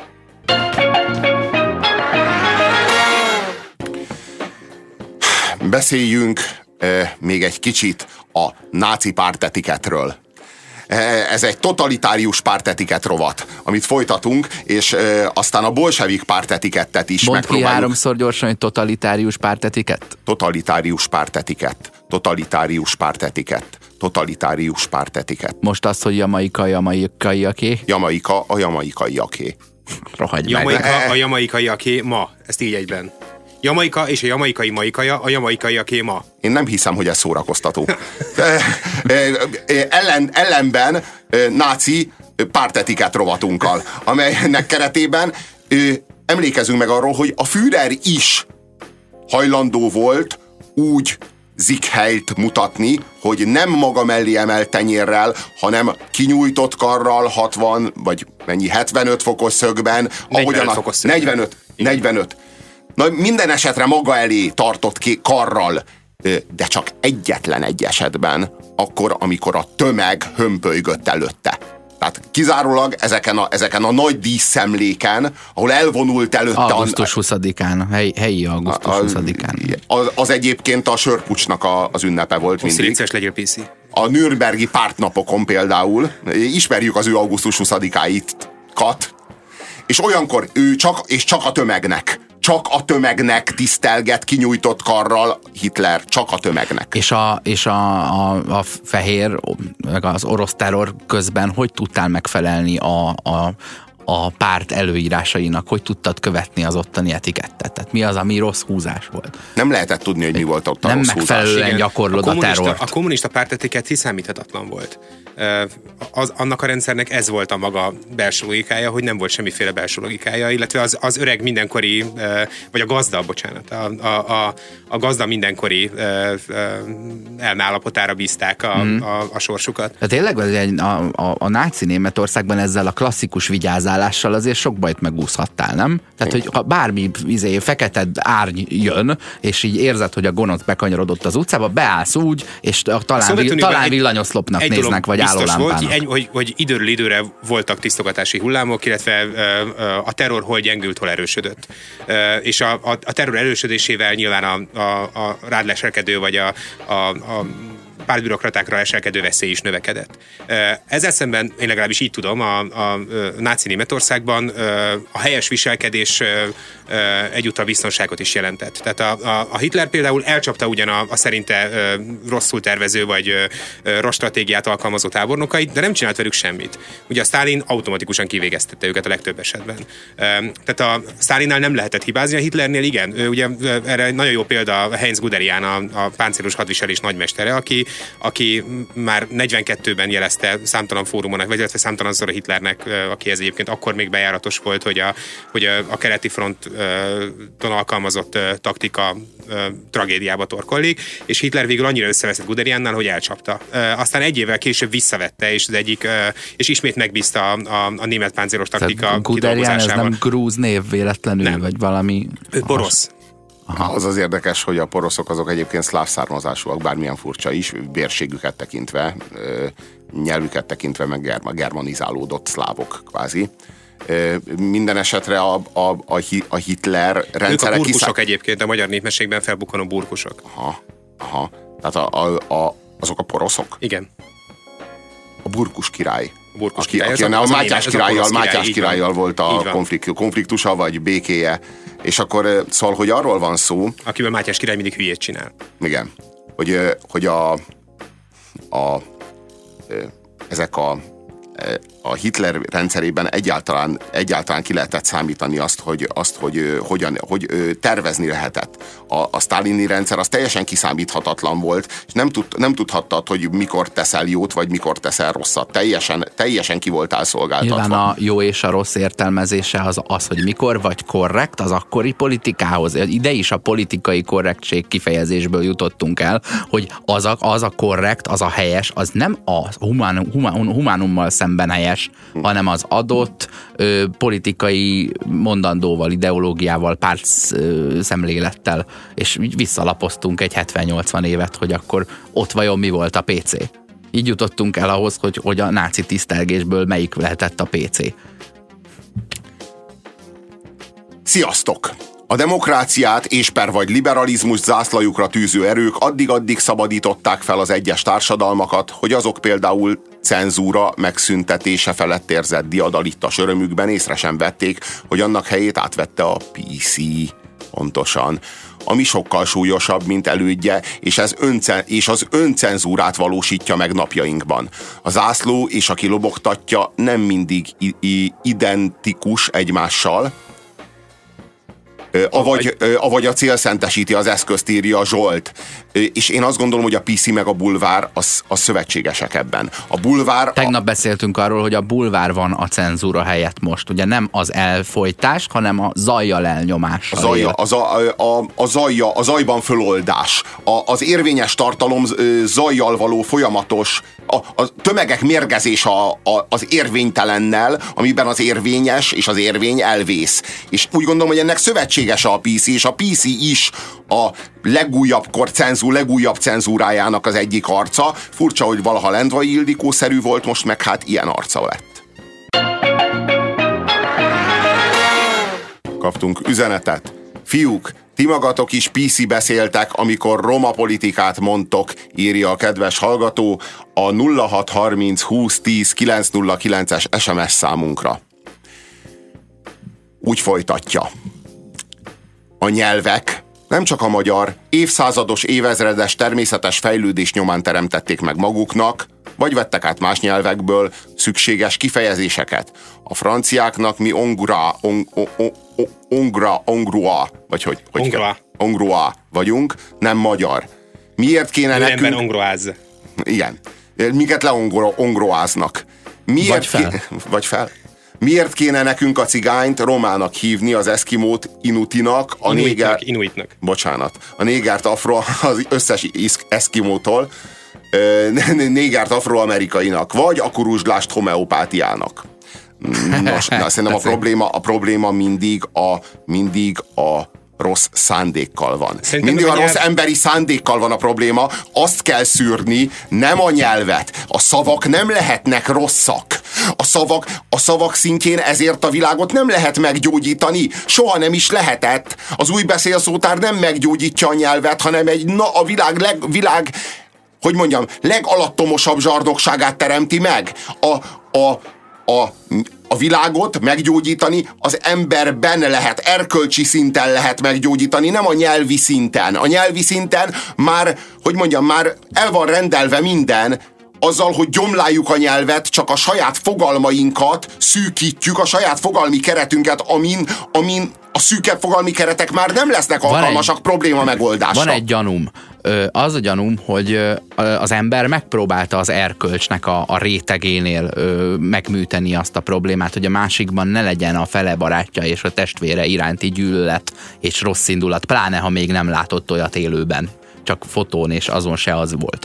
Beszéljünk uh, még egy kicsit a náci pártetiketről. Ez egy totalitárius pártetiket rovat, amit folytatunk, és e, aztán a bolsevik pártetikettet is Mondd megpróbáljuk. Mondd ki háromszor gyorsan, hogy totalitárius pártetiket? Totalitárius pártetiket. Totalitárius pártetiket. Totalitárius pártetiket. Most azt, hogy Jamaika, jamaikaiaké? Jamaika, a jamaikaiaké. Rohagy Jamaika, meg. a jamaikaiaké ma. Ezt így egyben. Jamaika és a jamaikai maikaja, a jamaikaiaké ma. Én nem hiszem, hogy ez szórakoztató. Ellen, ellenben náci pártetikát rovatunkkal, amelynek keretében emlékezünk meg arról, hogy a Führer is hajlandó volt úgy Sieg-Heilt mutatni, hogy nem maga mellé emelt tenyérrel, hanem kinyújtott karral hatvan, vagy mennyi, hetvenöt fokos szögben, ahogyan a fokos szögben. negyvenöt, negyvenöt. Na, minden esetre maga elé tartott ki karral, de csak egyetlen egy esetben, akkor, amikor a tömeg hömpölygött előtte. Tehát kizárólag ezeken a, ezeken a nagy díszszemléken, ahol elvonult előtte... augusztus huszadikán, hely, helyi augusztus huszadikán. Az, az egyébként a sörpucsnak a, az ünnepe volt mindig. Szélicses legyél, Piszi. a nürnbergi pártnapokon például, ismerjük az ő augusztus huszadikáikat, és olyankor ő csak, és csak a tömegnek, csak a tömegnek tisztelget kinyújtott karral Hitler, csak a tömegnek. És a, és a, a, a fehér, meg az orosz terror közben hogy tudtál megfelelni a, a, a párt előírásainak, hogy tudtad követni az ottani etikettet? Tehát mi az, ami rossz húzás volt? Nem lehetett tudni, hogy mi volt ott a nem rossz húzás. Nem megfelelően gyakorlod a, a terrort. A kommunista pártetikett kiszámíthatatlan volt. Az, annak a rendszernek ez volt a maga belső logikája, hogy nem volt semmiféle belső logikája, illetve az, az öreg mindenkori, vagy a gazda, bocsánat, a, a, a, a gazda mindenkori elmeállapotára bízták a, mm. a, a sorsukat. Tehát tényleg a, a, a náci Németországban ezzel a klasszikus vigyázálással azért sok bajt megúszhattál, nem? Tehát, hogy ha bármi izé, fekete árny jön, és így érzed, hogy a gonosz bekanyarodott az utcába, beállsz úgy, és talán, szóval vi, talán villanyoszlopnak néznek, vagy állólámpának. Volt, hogy, hogy időről időre voltak tisztogatási hullámok, illetve a terror hol gyengült, hol erősödött. És a, a, a terror erősödésével nyilván a, a, a rád leselkedő, vagy a, a, a pártbürokratákra leselkedő veszély is növekedett. Ezzel szemben, én legalábbis így tudom, a, a, a náci Németországban a helyes viselkedés egyúttal biztonságot is jelentett. Tehát a, a, a Hitler például elcsapta ugyan a, a szerinte rosszul tervező vagy rossz stratégiát alkalmazó tábornokait, de nem csinált velük semmit. Ugye a Sztálin automatikusan kivégeztette őket a legtöbb esetben. Tehát a Sztálinnál nem lehetett hibázni, a Hitlernél igen. Ugye erre nagyon jó példa Heinz Guderian, a, a páncélos hadviselés nagymestere, aki aki már negyvenkettőben jelezte számtalan fórumon, vagy illetve számtalanszor a Hitlernek, aki ez egyébként akkor még bejáratos volt, hogy a, hogy a, a keleti fronton alkalmazott taktika tragédiába torkollik, és Hitler végül annyira összeveszett Guderiannál, hogy elcsapta. Aztán egy évvel később visszavette, és az egyik, és ismét megbízta a, a, a német páncélos taktika Guderian ez nem grúz név véletlenül, nem. Vagy valami... Ő porosz. Aha. Az az érdekes, hogy a poroszok azok egyébként szláv származásúak, bármilyen furcsa is, bérségüket tekintve, nyelvüket tekintve, meg germanizálódott szlávok kvázi. Minden esetre a, a, a Hitler rendszere... Ők a burkusok kiszá... egyébként, a magyar népességben felbukkanó burkusok. Aha, aha. Tehát a, a, a, azok a poroszok? Igen. A burkus király. A burkus aki, király. Aki a, a Mátyás királlyal, Mátyás királlyal volt a konfliktus, konfliktusa, vagy békéje. És akkor szóval, hogy arról van szó... Akiben Mátyás király mindig hülyét csinál. Igen. Hogy, hogy a, a ezek a a Hitler rendszerében egyáltalán, egyáltalán ki lehetett számítani azt, hogy, azt, hogy, hogyan, hogy tervezni lehetett. A, a sztálini rendszer az teljesen kiszámíthatatlan volt, és nem, tud, nem tudhattad, hogy mikor teszel jót, vagy mikor teszel rosszat. Teljesen, teljesen ki voltál szolgáltatva. Nyilván a jó és a rossz értelmezése az az, hogy mikor vagy korrekt az akkori politikához. Ide is a politikai korrektség kifejezésből jutottunk el, hogy az a, az a korrekt, az a helyes, az nem a humán, humán, humánummal szemben helyes, hanem az adott ö, politikai mondandóval, ideológiával, párt ö, szemlélettel, és így visszalapoztunk egy hetven-nyolcvan évet, hogy akkor ott vajon mi volt a pé cé. Így jutottunk el ahhoz, hogy, hogy a náci tisztelgésből melyik lehetett a pé cé. Sziasztok! A demokráciát és per vagy liberalizmus zászlajukra tűző erők addig-addig szabadították fel az egyes társadalmakat, hogy azok például cenzúra megszüntetése felett érzett diadalittas örömükben észre sem vették, hogy annak helyét átvette a pé cé. Pontosan. Ami sokkal súlyosabb, mint elődje, és, ez öncen, és az öncenzúrát valósítja meg napjainkban. A zászló és a kilobogtatja nem mindig i- i- identikus egymással, Avagy, avagy a cél szentesíti az eszközt, írja Zsolt. És én azt gondolom, hogy a pé cé meg a bulvár az, az szövetségesek ebben. A bulvár... Tegnap a... beszéltünk arról, hogy a bulvár van a cenzúra helyett most. Ugye nem az elfojtás, hanem a zajjal elnyomás. A, zajja, az a, a, a, zajja, a zajban föloldás. A, az érvényes tartalom zajjal való folyamatos, a, a tömegek mérgezés a, a, az érvénytelennel, amiben az érvényes és az érvény elvész. És úgy gondolom, hogy ennek szövetséges a pé cé, és a pé cé is a legújabb kor cenzú, legújabb cenzúrájának az egyik arca. Furcsa, hogy valaha Lendvai Ildikó-szerű volt, most meg hát ilyen arca lett. Kaptunk üzenetet. Fiúk, ti magatok is pé cé beszéltek, amikor roma politikát mondtok, írja a kedves hallgató a nulla hat harminc húsz tíz kilenc nulla kilences es em es számunkra. Úgy folytatja. A nyelvek, nem csak a magyar, évszázados, évezredes természetes fejlődés nyomán teremtették meg maguknak, vagy vettek át más nyelvekből szükséges kifejezéseket. A franciáknak mi ongura, on, on, on, ongra, ongrua, vagy hogy? hogy ongrua. Ongrua vagyunk, nem magyar. Miért kéne Ő nekünk... ongroáz. Igen. Minket leongroáznak. Miért Vagy fel. Ké... Vagy fel. Miért kéne nekünk a cigányt romának hívni, az eszkimót inutinak, a néger... Inuitnak. Bocsánat. A négert afro, az összes eszkimótól, négert afroamerikainak, vagy a kuruzslást homeopátiának. Nos, de szerintem a probléma, a probléma mindig a, mindig a rossz szándékkal van. Szerintem Mindig a nyelv... rossz emberi szándékkal van a probléma. Azt kell szűrni, nem a nyelvet. A szavak nem lehetnek rosszak. A szavak, a szavak szintjén ezért a világot nem lehet meggyógyítani. Soha nem is lehetett. Az új beszélszótár nem meggyógyítja a nyelvet, hanem egy, na, a világ, leg, világ hogy mondjam, legalattomosabb zsarnokságát teremti meg. A, a, a, a világot meggyógyítani az emberben lehet, erkölcsi szinten lehet meggyógyítani, nem a nyelvi szinten. A nyelvi szinten már, hogy mondjam, már el van rendelve minden, azzal, hogy gyomláljuk a nyelvet, csak a saját fogalmainkat szűkítjük, a saját fogalmi keretünket, amin, amin a szűkebb fogalmi keretek már nem lesznek alkalmasak egy, probléma megoldásra. Van egy gyanúm. Az a gyanúm, hogy az ember megpróbálta az erkölcsnek a, a rétegénél megműteni azt a problémát, hogy a másikban ne legyen a fele barátja és a testvére iránti gyűlölet és rossz indulat, pláne ha még nem látott olyat élőben. Csak fotón, és azon se az volt.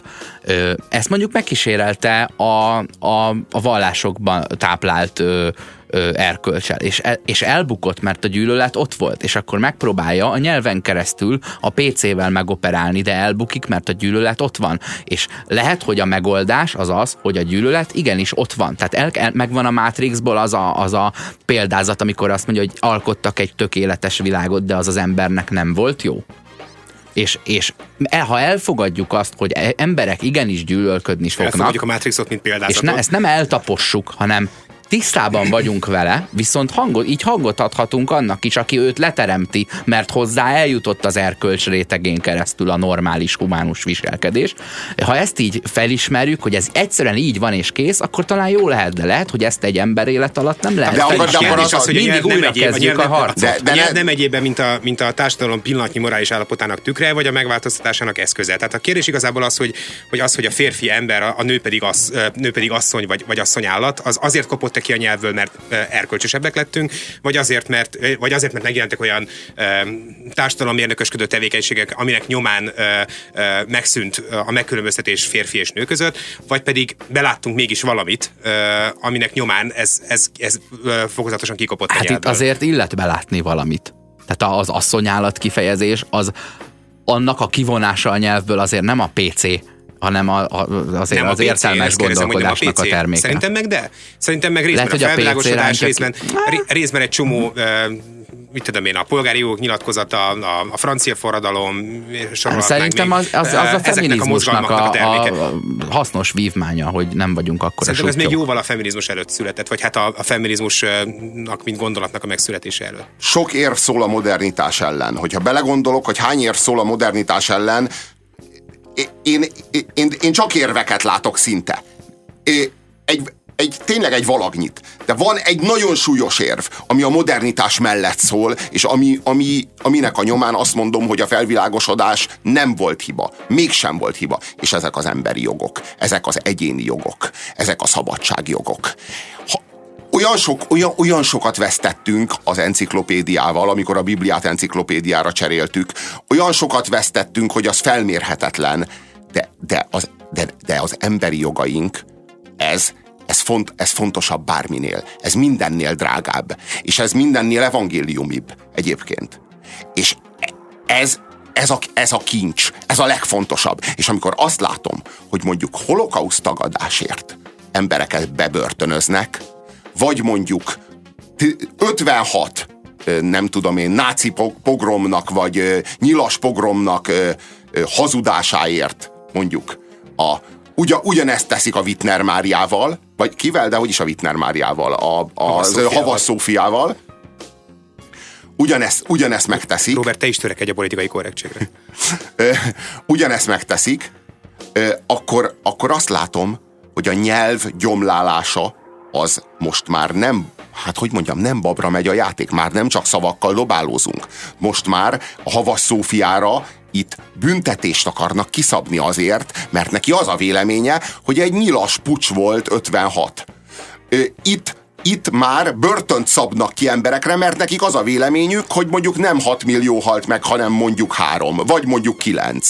Ezt mondjuk megkísérelte a, a, a vallásokban táplált ö, ö, erkölcsel, és, el, és elbukott, mert a gyűlölet ott volt, és akkor megpróbálja a nyelven keresztül a pé cével megoperálni, de elbukik, mert a gyűlölet ott van. És lehet, hogy a megoldás az az, hogy a gyűlölet igenis ott van. Tehát el, el, megvan a Matrixból az a, az a példázat, amikor azt mondja, hogy alkottak egy tökéletes világot, de az az embernek nem volt jó. És, és ha elfogadjuk azt, hogy emberek igenis gyűlölködni fognak, elfogadjuk a Matrixot, mint példázatot, és ne, ezt nem eltapossuk, hanem tisztában vagyunk vele, viszont hangot, így hangot adhatunk annak is, aki őt leteremti, mert hozzá eljutott az erkölcs rétegén keresztül a normális humánus viselkedés. Ha ezt így felismerjük, hogy ez egyszerűen így van és kész, akkor talán jó lehet, de lehet, hogy ezt egy ember élet alatt nem lehet. De akkor, de akkor az, az, hogy mindig újra egyéb, kezdjük a, a harcot. De, de a nyelv nem egyébben, mint a, mint a társadalom pillanatnyi morális állapotának tükre, vagy a megváltoztatásának eszköze. Tehát a kérdés igazából az, hogy, hogy az, hogy a férfi ember, a nő pedig, az, nő pedig asszony, vagy, vagy asszony állat, az azért kopott ki a nyelvből, mert erkölcsösebbek lettünk, vagy azért, mert, vagy azért, mert megjelentek olyan társadalommérnökösködő tevékenységek, aminek nyomán ö, ö, megszűnt a megkülönböztetés férfi és nő között, vagy pedig beláttunk mégis valamit, ö, aminek nyomán ez, ez, ez fokozatosan kikopott hát a nyelvből. Itt azért illet belátni valamit. Tehát az asszonyállat kifejezés, az annak a kivonása a nyelvből azért nem a pé cé, hanem a, a, azért nem az a értelmes gondolkodásnak a, a terméke. Szerintem meg de. Szerintem meg részben lehet, a felvilágosodás, részben, ki... részben egy csomó, uh, mit tudom én, a polgári jogok nyilatkozata, a, a francia forradalom, szerintem az, az, az a feminizmusnak a, a, a hasznos vívmánya, hogy nem vagyunk akkor. Szerintem ez még jóval a feminizmus előtt született, vagy hát a, a feminizmusnak, mint gondolatnak a megszületése előtt. Sok érv szól a modernitás ellen. Hogyha belegondolok, hogy hány érv szól a modernitás ellen, Én, én, én csak érveket látok szinte. Egy, egy, tényleg egy valagnyit. De van egy nagyon súlyos érv, ami a modernitás mellett szól, és ami, ami, aminek a nyomán azt mondom, hogy a felvilágosodás nem volt hiba. Mégsem volt hiba. És ezek az emberi jogok. Ezek az egyéni jogok. Ezek a szabadságjogok. Ha, Olyan, sok, olyan, olyan sokat vesztettünk az enciklopédiával, amikor a Bibliát enciklopédiára cseréltük. Olyan sokat vesztettünk, hogy az felmérhetetlen. De, de, az, de, de az emberi jogaink, ez, ez, font, ez fontosabb bárminél. Ez mindennél drágább. És ez mindennél evangéliumibb egyébként. És ez, ez, a, ez a kincs, ez a legfontosabb. És amikor azt látom, hogy mondjuk holokauszt tagadásért embereket bebörtönöznek, vagy mondjuk ötvenhat nem tudom én, náci pogromnak, vagy nyilas pogromnak hazudásáért, mondjuk, a, ugyan, ugyanezt teszik a Wittner Máriával, vagy kivel, de hogy is a Wittner Máriával, a, a Havas Szófiával, ugyanezt, ugyanezt megteszik. Robert, te is törekedj a politikai korrektségre. Ugyanezt megteszik, akkor, akkor azt látom, hogy a nyelv gyomlálása az most már nem, hát hogy mondjam, nem babra megy a játék, már nem csak szavakkal dobálózunk. Most már a Havas Szófiára itt büntetést akarnak kiszabni azért, mert neki az a véleménye, hogy egy nyilas puccs volt ötvenhat. Itt Itt már börtönt szabnak ki emberekre, mert nekik az a véleményük, hogy mondjuk nem hat millió halt meg, hanem mondjuk három, vagy mondjuk kilenc.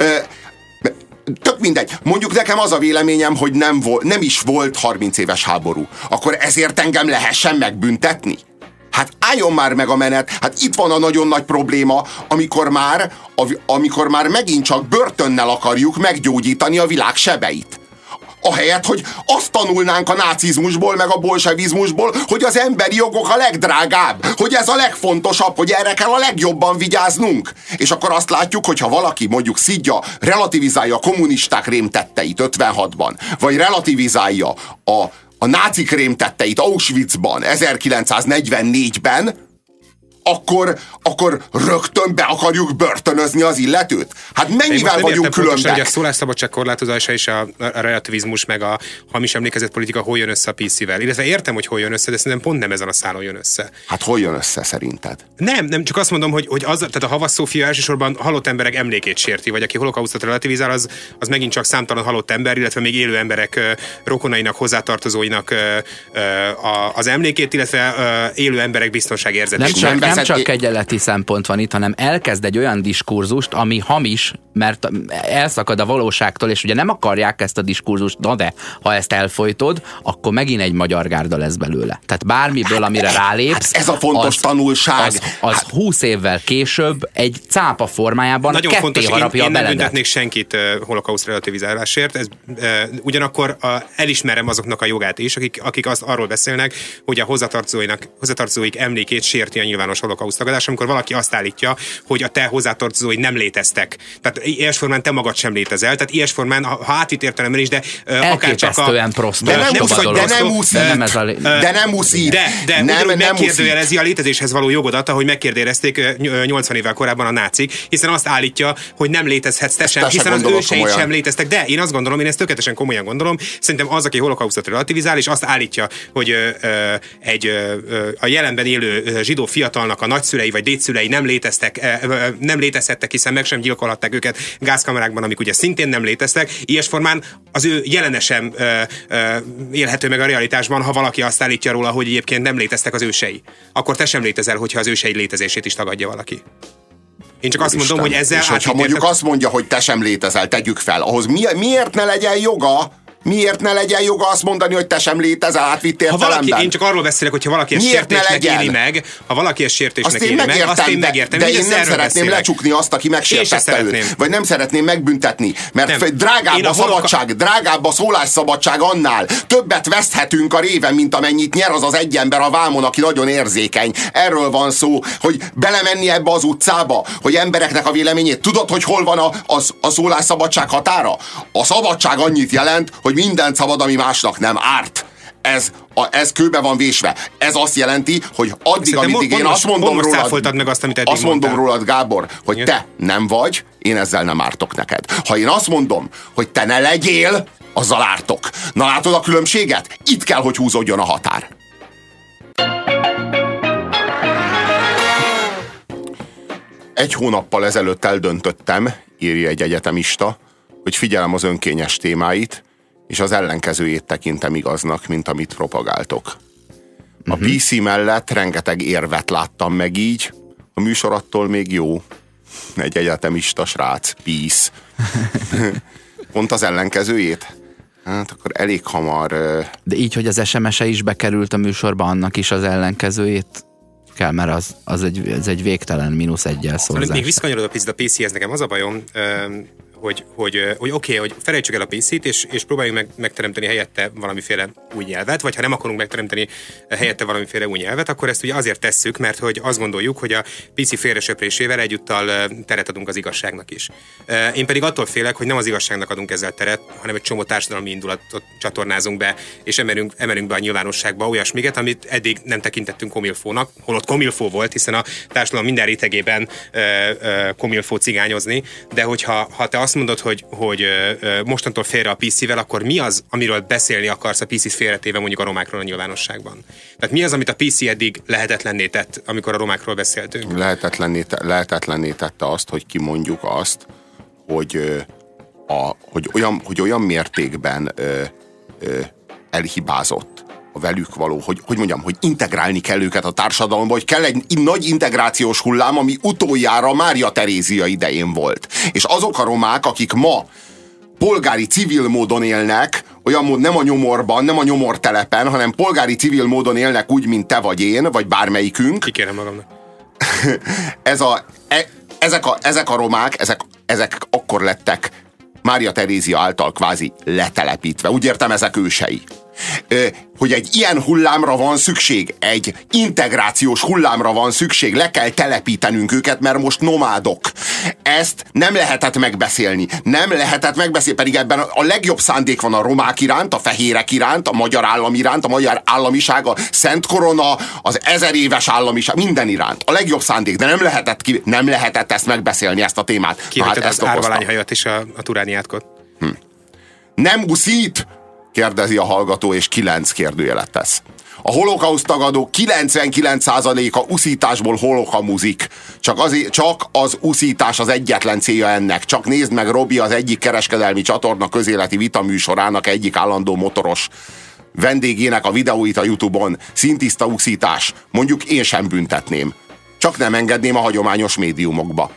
Tök mindegy. Mondjuk nekem az a véleményem, hogy nem, vol, nem is volt harminc éves háború. Akkor ezért engem lehessen megbüntetni? Hát álljon már meg a menet. Hát itt van a nagyon nagy probléma, amikor már, amikor már megint csak börtönnel akarjuk meggyógyítani a világ sebeit. Ahelyett, hogy azt tanulnánk a nácizmusból, meg a bolsevizmusból, hogy az emberi jogok a legdrágább, hogy ez a legfontosabb, hogy erre kell a legjobban vigyáznunk. És akkor azt látjuk, hogy ha valaki mondjuk szidja, relativizálja a kommunisták rémtetteit ötvenhatban, vagy relativizálja a, a nácik rémtetteit Auschwitzban ezerkilencszáznegyvennégyben, akkor, akkor rögtön be akarjuk börtönözni az illetőt? Hát mennyivel vagyunk különbek? Hogy a szólásszabadság korlátozása és a, a relativizmus meg a hamis emlékezett politika hol jön össze a pé cé-vel. Illetve értem, hogy hol jön össze, de szerintem pont nem ezen a szálon jön össze. Hát hol jön össze szerinted? Nem, nem, csak azt mondom, hogy, hogy az, tehát a Havas Szófia elsősorban halott emberek emlékét sérti, vagy aki holokausztot relativizál, az, az megint csak számtalan halott ember, illetve még élő emberek ö, rokonainak, hozzátartozóinak ö, ö, a, az emlékét, illetve ö, élő emberek biztonságérzetét. Nem, nem csak kegyeleti szempont van itt, hanem elkezd egy olyan diskurzust, ami hamis, mert elszakad a valóságtól, és ugye nem akarják ezt a diskurzust, na de, ha ezt elfojtod, akkor megint egy magyar gárda lesz belőle. Tehát bármiből, amire rálépsz, hát ez a fontos az, tanulság. Az, az hát, húsz évvel később egy cápa formájában nagyon ketté fontos, harapja én, a beledet. Én nem büntetnék senkit uh, holokauszt relativizálásért, ez, uh, ugyanakkor uh, elismerem azoknak a jogát is, akik, akik azt arról beszélnek, hogy a hozzátartozóik emlékét sérti a nyilvános holokauszt tagadás, amikor valaki azt állítja, hogy a te hozzátartozóid nem léteztek. Tehát ilyes formán te magad sem létezel. Tehát ilyes formán, ha, ha átvitt értelemben is, de uh, akár csak a... De nem úszít, de nem úszít, de nem ez a... de nem úszít. De, de nem, úgy, nem megkérdőjelezi a létezéshez való jogodat, ahogy megkérdőjelezték nyolcvan évvel korábban a nácik, hiszen azt állítja, hogy nem létezhetsz te sem, hiszen az őseid sem léteztek. De én azt gondolom, én ezt tökéletesen komolyan gondolom, szerintem az, aki holokausztot relativizál, és azt állítja, hogy ö, ö, egy ö, a jelenben élő zsidó fiatalnak a nagyszülei vagy dédszülei nem léteztek, ö, nem létezhettek, hiszen meg sem gyilkolhatták őket gázkamerákban, amik ugye szintén nem léteztek. Ilyes formán az ő jelene sem ö, ö, élhető meg a realitásban, ha valaki azt állítja róla, hogy egyébként nem léteztek az ősei. Akkor te sem létezel, hogyha az őseid létezését is tagadja valaki. Én csak azt Isten. mondom, hogy ezzel... És hogyha mondjuk azt mondja, hogy te sem létezel, tegyük fel, ahhoz mi, miért ne legyen joga? Miért ne legyen joga azt mondani, hogy te sem létezel átvitt értelemben? Én csak arról beszélek, hogyha valaki ezt sértésnek éli meg, ha valaki ezt sértésnek éli meg, azt én megértem. De én nem szeretném beszélek. lecsukni azt, aki megsértette őt. Vagy nem szeretném megbüntetni, mert nem. drágább a, a szabadság, holoka... drágább a szólásszabadság annál. Többet veszthetünk a réven, mint amennyit nyer az az egy ember a vámon, aki nagyon érzékeny. Erről van szó, hogy belemenni ebbe az utcába, hogy embereknek a véleményét. Tudod, hogy hol van a, a, a szólásszabadság határa? A szabadság annyit jelent, hogy minden szabad, ami másnak nem árt. Ez, a, ez kőbe van vésve. Ez azt jelenti, hogy addig, amíg én azt mondom rólad, meg azt, amit azt mondom rólad, Gábor, hogy igen? Te nem vagy, én ezzel nem ártok neked. Ha én azt mondom, hogy te ne legyél, azzal ártok. Na látod a különbséget? Itt kell, hogy húzódjon a határ. Egy hónappal ezelőtt eldöntöttem, írja egy egyetemista, hogy figyelem az önkényes témáit, és az ellenkezőjét tekintem igaznak, mint amit propagáltok. A uh-huh. pé cé mellett rengeteg érvet láttam meg így, a műsor attól még jó. Egy egyetemista srác, peace. Pont az ellenkezőjét? Hát akkor elég hamar... Uh... De így, hogy az es em es-e is bekerült a műsorba, annak is az ellenkezőjét kell, mert az, az egy, ez egy végtelen mínusz egyel szó. Szóval még visszakanyarodok a picit a pé céhez, nekem az a bajom, hogy, hogy, hogy oké, okay, hogy felejtsük el a pé cét, és, és próbáljunk meg, megteremteni helyette valamiféle új nyelvet, vagy ha nem akarunk megteremteni helyette valamiféle új nyelvet, akkor ezt ugye azért tesszük, mert hogy azt gondoljuk, hogy a pé cé félresöprésével egyúttal teret adunk az igazságnak is. Én pedig attól félek, hogy nem az igazságnak adunk ezzel teret, hanem egy csomó társadalmi indulatot csatornázunk be, és emelünk, emelünk be a nyilvánosságba olyasmiket, amit eddig nem tekintettünk komilfónak, holott komilfó volt, hiszen a társadalom minden rétegében komilfó cigányozni, de hogyha ha te azt mondod, hogy, hogy mostantól félre a pé cével, akkor mi az, amiről beszélni akarsz a pé cét félretéve mondjuk a romákról a nyilvánosságban? Tehát mi az, amit a pé cé eddig lehetetlenné tett, amikor a romákról beszéltünk? Lehetetlenné, te, lehetetlenné tette azt, hogy kimondjuk azt, hogy, a, hogy, olyan, hogy olyan mértékben ö, ö, elhibázott a velük való, hogy, hogy mondjam, hogy integrálni kell őket a társadalomba, hogy kell egy nagy integrációs hullám, ami utoljára Mária Terézia idején volt. És azok a romák, akik ma polgári civil módon élnek, olyan mód nem a nyomorban, nem a nyomortelepen, hanem polgári civil módon élnek úgy, mint te vagy én, vagy bármelyikünk. Kikérem magamnak. Ez a, e, ezek, a, ezek a romák, ezek, ezek akkor lettek Mária Terézia által kvázi letelepítve. Úgy értem, ezek ősei. Hogy egy ilyen hullámra van szükség, egy integrációs hullámra van szükség, le kell telepítenünk őket, mert most nomádok. Ezt nem lehetett megbeszélni. Nem lehetett megbeszélni, pedig ebben a legjobb szándék van a romák iránt, a fehérek iránt, a magyar állam iránt, a magyar államiság, a Szent Korona, az ezer éves államiság, minden iránt. A legjobb szándék, de nem lehetett, ki, nem lehetett ezt megbeszélni, ezt a témát. Kihagytad hát az árvalányhajat és a, a turániátkot. Hm. Nem uszít? Kérdezi a hallgató, és kilenc kérdőjelet tesz. A holokauszt tagadók kilencvenkilenc százaléka uszításból holokamuzik. Csak, azért, csak az uszítás az egyetlen célja ennek. Csak nézd meg, Robi, az egyik kereskedelmi csatorna közéleti vitaműsorának egyik állandó motoros vendégének a videóit a YouTube-on. Szintiszta uszítás. Mondjuk én sem büntetném. Csak nem engedném a hagyományos médiumokba.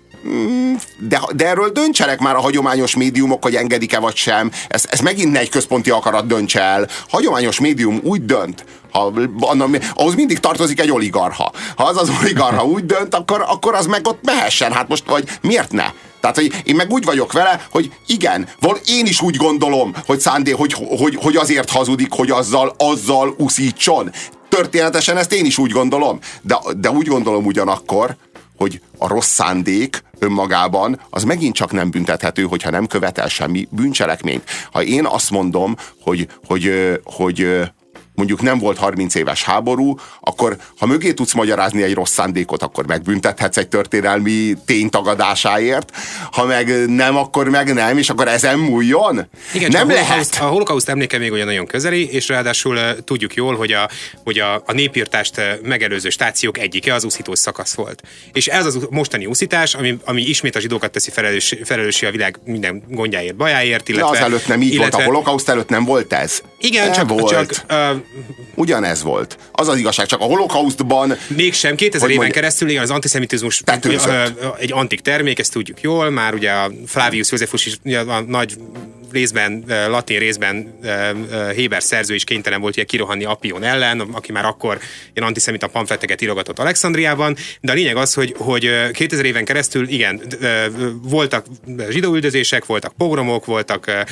De, de erről döntsenek már a hagyományos médiumok, hogy engedik-e vagy sem. Ez, ez megint ne egy központi akarat döntse el. Hagyományos médium úgy dönt, ha, ahhoz mindig tartozik egy oligarcha. Ha az az oligarcha úgy dönt, akkor, akkor az meg ott mehessen. Hát most, vagy miért ne? Tehát, hogy én meg úgy vagyok vele, hogy igen, val én is úgy gondolom, hogy, szándé, hogy, hogy, hogy azért hazudik, hogy azzal, azzal uszítson. Történetesen ezt én is úgy gondolom. De, de úgy gondolom ugyanakkor, hogy a rossz szándék önmagában az megint csak nem büntethető, hogyha nem követel semmi bűncselekményt. Ha én azt mondom, hogy, hogy, hogy mondjuk nem volt harminc éves háború, akkor ha mögé tudsz magyarázni egy rossz szándékot, akkor megbüntethetsz egy történelmi ténytagadásáért, ha meg nem, akkor meg nem, és akkor ezen múljon? Igen, nem a lehet. A holokauszt emléke még olyan nagyon közeli, és ráadásul tudjuk jól, hogy a, hogy a, a népírtást megelőző stációk egyike az uszítós szakasz volt. És ez az mostani uszítás, ami, ami ismét a zsidókat teszi felelős, felelőssé a világ minden gondjáért, bajáért, illetve... De az előtt nem így illetve, volt, a holokauszt előtt nem volt ez? Igen, csak... volt. csak uh, Ugyanez volt. Az az igazság, csak a holokausztban... Mégsem, kétezer éven keresztül igen, az antiszemitizmus egy antik termék, ezt tudjuk jól, már ugye a Flavius Josephus is a nagy részben, latin részben Héber szerző is kénytelen volt ugye kirohanni Appion ellen, aki már akkor ilyen antiszemita pamfleteket írogatott Alexandriában, de a lényeg az, hogy, hogy kétezer éven keresztül igen, voltak zsidóüldözések, voltak pogromok, voltak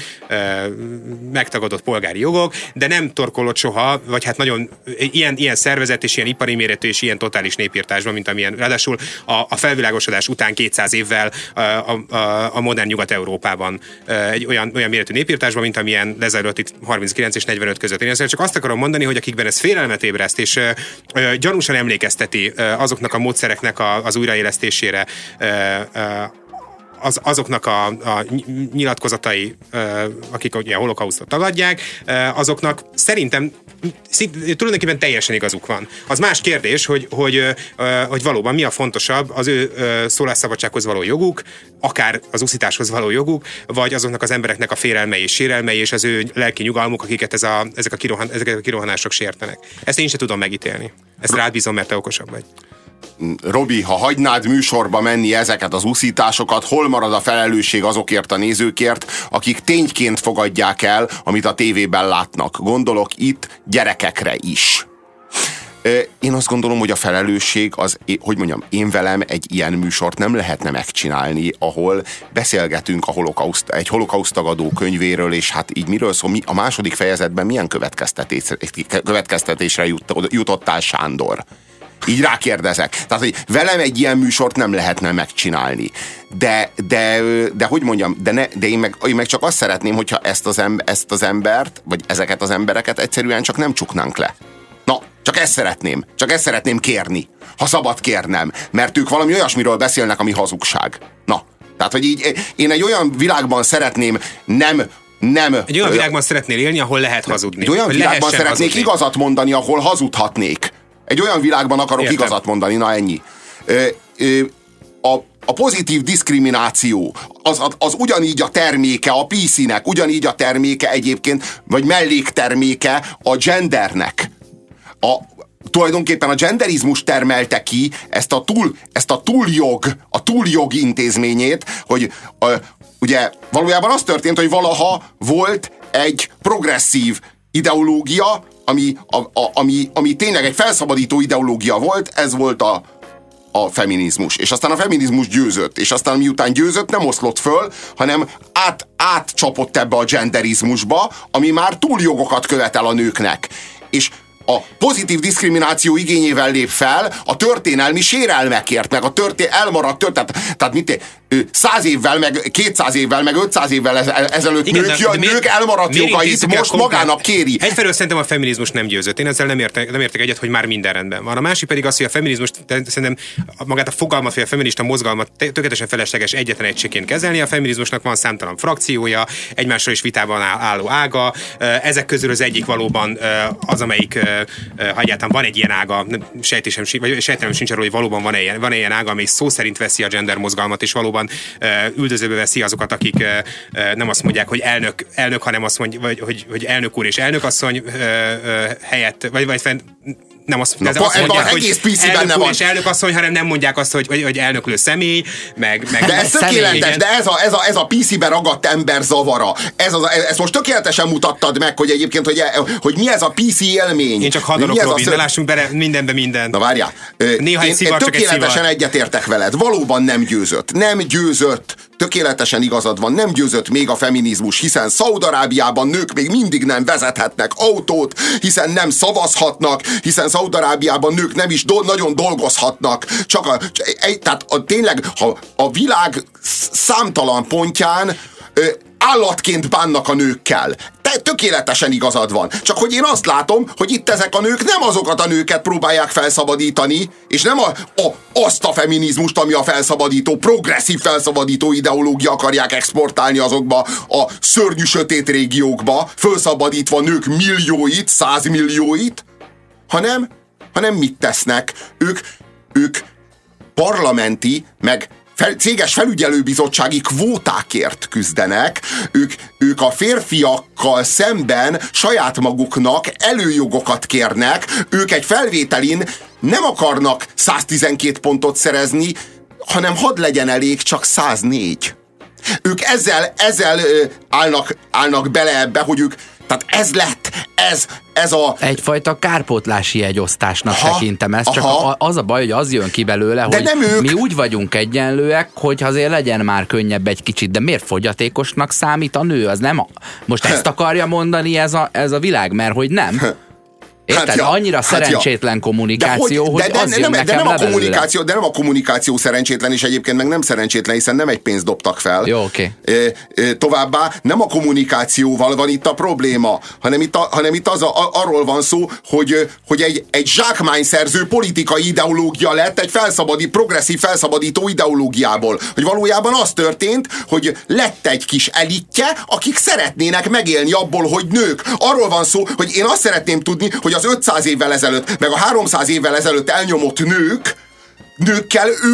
megtagadott polgári jogok, de nem torkolott soha, vagy hát nagyon ilyen, ilyen szervezet és ilyen ipari méretű és ilyen totális népírtásban, mint amilyen ráadásul a, a felvilágosodás után kétszáz évvel a, a, a modern Nyugat-Európában egy olyan, olyan méretű népírtásban, mint amilyen lezajlott itt harminckilenc és negyvenöt között. Én ezt csak azt akarom mondani, hogy akikben ez félelmet ébreszt, és uh, gyanúsan emlékezteti uh, azoknak a módszereknek a, az újraélesztésére, uh, uh, Az, azoknak a, a nyilatkozatai, akik a holokausztot tagadják, azoknak szerintem szint, tulajdonképpen teljesen igazuk van. Az más kérdés, hogy, hogy, hogy valóban mi a fontosabb, az ő szólásszabadsághoz való joguk, akár az uszításhoz való joguk, vagy azoknak az embereknek a félelmei és sérelmei, és az ő lelki nyugalmuk, akiket ez a, ezek, a kirohan, ezek a kirohanások sértenek. Ezt én sem tudom megítélni. Ezt rád bízom, mert te okosabb vagy. Robi, ha hagynád műsorba menni ezeket az uszításokat, hol marad a felelősség azokért a nézőkért, akik tényként fogadják el, amit a tévében látnak? Gondolok itt gyerekekre is. Én azt gondolom, hogy a felelősség az, hogy mondjam, én velem egy ilyen műsort nem lehetne megcsinálni, ahol beszélgetünk a holokauszt, egy holokausztagadó könyvéről, és hát így miről szól, a második fejezetben milyen következtetés, következtetésre jut, jutottál, Sándor? Így rákérdezek. Tehát, hogy velem egy ilyen műsort nem lehetne megcsinálni. De, de, de hogy mondjam, de, ne, de én, meg, én meg csak azt szeretném, hogyha ezt az, em, ezt az embert, vagy ezeket az embereket egyszerűen csak nem csuknánk le. Na, csak ezt szeretném. Csak ezt szeretném kérni. Ha szabad kérnem. Mert ők valami olyasmiről beszélnek, ami hazugság. Na, tehát, hogy így én egy olyan világban szeretném nem... nem egy olyan világban ö, szeretnél élni, ahol lehet hazudni. Egy olyan világban szeretnék hazudni. igazat mondani, ahol hazudhatnék. Egy olyan világban akarok Értem. igazat mondani, na ennyi. Ö, ö, a, a pozitív diszkrimináció az, az, az ugyanígy a terméke a pé cé-nek, ugyanígy a terméke egyébként, vagy mellékterméke a gendernek. A, tulajdonképpen a genderizmus termelte ki ezt a, túl, ezt a túljog, a túljog intézményét, hogy a, ugye valójában az történt, hogy valaha volt egy progresszív ideológia, ami, a, a, ami, ami tényleg egy felszabadító ideológia volt, ez volt a, a feminizmus. És aztán a feminizmus győzött. És aztán miután győzött, nem oszlott föl, hanem át, átcsapott ebbe a genderizmusba, ami már túljogokat követel a nőknek. És a pozitív diszkrimináció igényével lép fel a történelmi sérelmekért, meg a történ elmaradt történet. Tehát mit száz évvel, meg kétszáz évvel, meg ötszáz évvel ezelőtt igen, nők, de, de nők elmaradt jogait most magának kéri. Egyfelől szerintem a feminizmus nem győzött. Én ezzel nem értek, nem értek egyet, hogy már minden rendben van. A másik pedig az, hogy a feminizmus, szerintem magát a fogalmat, vagy a feminista mozgalmat tökéletesen felesleges egyetlen egységként kezelni. A feminizmusnak van számtalan frakciója, egymással is vitában álló ága. Ezek közül az egyik valóban az, amelyik, ha egyáltalán van egy ilyen ága, sejtésem, vagy sejtelem sincs arról, hogy valóban van ilyen, van ilyen ága, amely szó szerint veszi a gender mozgalmat, és valóban üldözőbe veszi azokat, akik nem azt mondják, hogy elnök, elnök hanem azt mondja, vagy, hogy, hogy elnök úr és elnökasszony helyett, vagy, vagy fenn, nem azt, Na, azt mondják, hogy elnök úr és elnökasszony, hanem nem mondják azt, hogy, hogy, hogy elnöklő személy, meg... meg de ez tökéletes, de ez a, ez a, ez a pé cé-be ragadt ember zavara. Ez az, ezt most tökéletesen mutattad meg, hogy egyébként, hogy, hogy mi ez a pé cé élmény. Én csak hadarok, Robi, ne lássunk bele mindenbe minden. Na várjál. Néha egy szivar, csak egy szivar. Tökéletesen egyetértek veled. Valóban nem győzött. Nem győzött. Tökéletesen igazad van, nem győzött még a feminizmus, hiszen Szaúd-Arábiában nők még mindig nem vezethetnek autót, hiszen nem szavazhatnak, hiszen Szaúd-Arábiában nők nem is do- nagyon dolgozhatnak. Csak a, egy, tehát a, tényleg ha a világ számtalan pontján ö, állatként bánnak a nőkkel. Te tökéletesen igazad van. Csak hogy én azt látom, hogy itt ezek a nők nem azokat a nőket próbálják felszabadítani, és nem a, a, azt a feminizmust, ami a felszabadító, progresszív felszabadító ideológia akarják exportálni azokba a szörnyű sötét régiókba, felszabadítva nők millióit, százmillióit, hanem, hanem mit tesznek? Ők, ők parlamenti, meg Fel, céges felügyelőbizottsági kvótákért küzdenek, ők, ők a férfiakkal szemben saját maguknak előjogokat kérnek, ők egy felvételin nem akarnak száztizenkét pontot szerezni, hanem hadd legyen elég csak száznégy. Ők ezzel, ezzel állnak, állnak bele ebbe, hogy ők, tehát ez lett, ez, ez a... Egyfajta kárpótlási jegyosztásnak aha, tekintem ezt, csak aha. az a baj, hogy az jön ki belőle, de hogy mi úgy vagyunk egyenlőek, hogy azért legyen már könnyebb egy kicsit, de miért fogyatékosnak számít a nő? Az nem a... Most ezt akarja mondani ez a, ez a világ, mert hogy nem. Érted? Hát ja, annyira hát szerencsétlen ja. kommunikáció, de hogy, hogy de, de, az jön nem, de nem a kommunikáció, de nem a kommunikáció szerencsétlen, és egyébként meg nem szerencsétlen, hiszen nem egy pénzt dobtak fel. Jó, oké. Okay. E, e, továbbá nem a kommunikációval van itt a probléma, hanem itt, a, hanem itt az a, a, arról van szó, hogy, hogy egy, egy zsákmányszerző politikai ideológia lett egy felszabadít, progresszív felszabadító ideológiából. Hogy valójában az történt, hogy lett egy kis elitje, akik szeretnének megélni abból, hogy nők. Arról van szó, hogy én azt szeretném tudni, hogy az ötszáz évvel ezelőtt, meg a háromszáz évvel ezelőtt elnyomott nők, nőkkel ők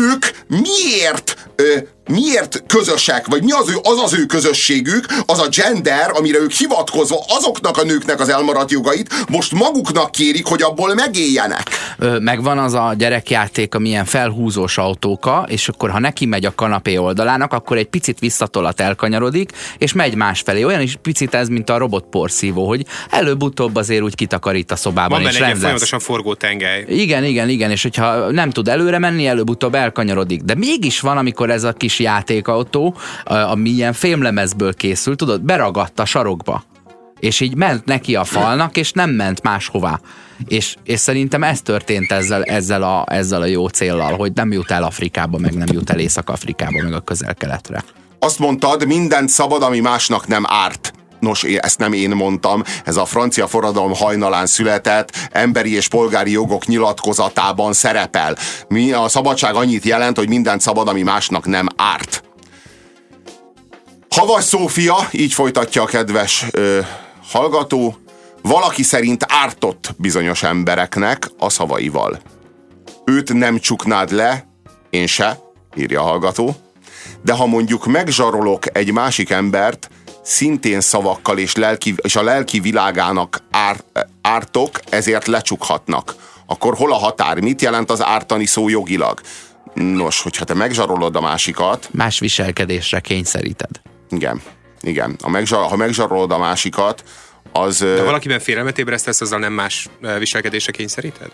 miért, ö, miért közösek, vagy mi az, ő, az az ő közösségük, az a gender, amire ők hivatkozva azoknak a nőknek az elmaradt jogait most maguknak kérik, hogy abból megéljenek. Ö, megvan az a gyerekjáték, amilyen felhúzós autóka, és akkor ha neki megy a kanapé oldalának, akkor egy picit visszatolat elkanyarodik, és megy másfelé. Olyan is picit ez, mint a robotporszívó, hogy előbb-utóbb azért úgy kitakarít a szobában. Van és benne egy rendez. folyamatosan forgó tengely. Igen, igen, igen, és hogyha nem tud előre menni, előbb-utóbb elkanyarodik. De mégis van, amikor ez a kis játékautó, ami ilyen fémlemezből készült, tudod, beragadt a sarokba. És így ment neki a falnak, és nem ment máshová. És, és szerintem ez történt ezzel, ezzel, a, ezzel a jó céllal, hogy nem jut el Afrikába, meg nem jut el Észak-Afrikába, meg a Közel-Keletre. Azt mondtad, mindent szabad, ami másnak nem árt. Nos, ezt nem én mondtam, ez a francia forradalom hajnalán született emberi és polgári jogok nyilatkozatában szerepel. Mi a szabadság annyit jelent, hogy mindent szabad, ami másnak nem árt. Havas Szófia, így folytatja a kedves ö, hallgató, valaki szerint ártott bizonyos embereknek a szavaival. Őt nem csuknád le, én se, írja a hallgató, de ha mondjuk megzsarolok egy másik embert, szintén szavakkal és, lelki, és a lelki világának ár, ártok, ezért lecsukhatnak. Akkor hol a határ? Mit jelent az ártani szó jogilag? Nos, hogyha te megzsarolod a másikat... Más viselkedésre kényszeríted. Igen, igen. Ha, megzsar, ha megzsarolod a másikat, az... De valakiben félelmet ébresztesz, azzal nem más viselkedésre kényszeríted?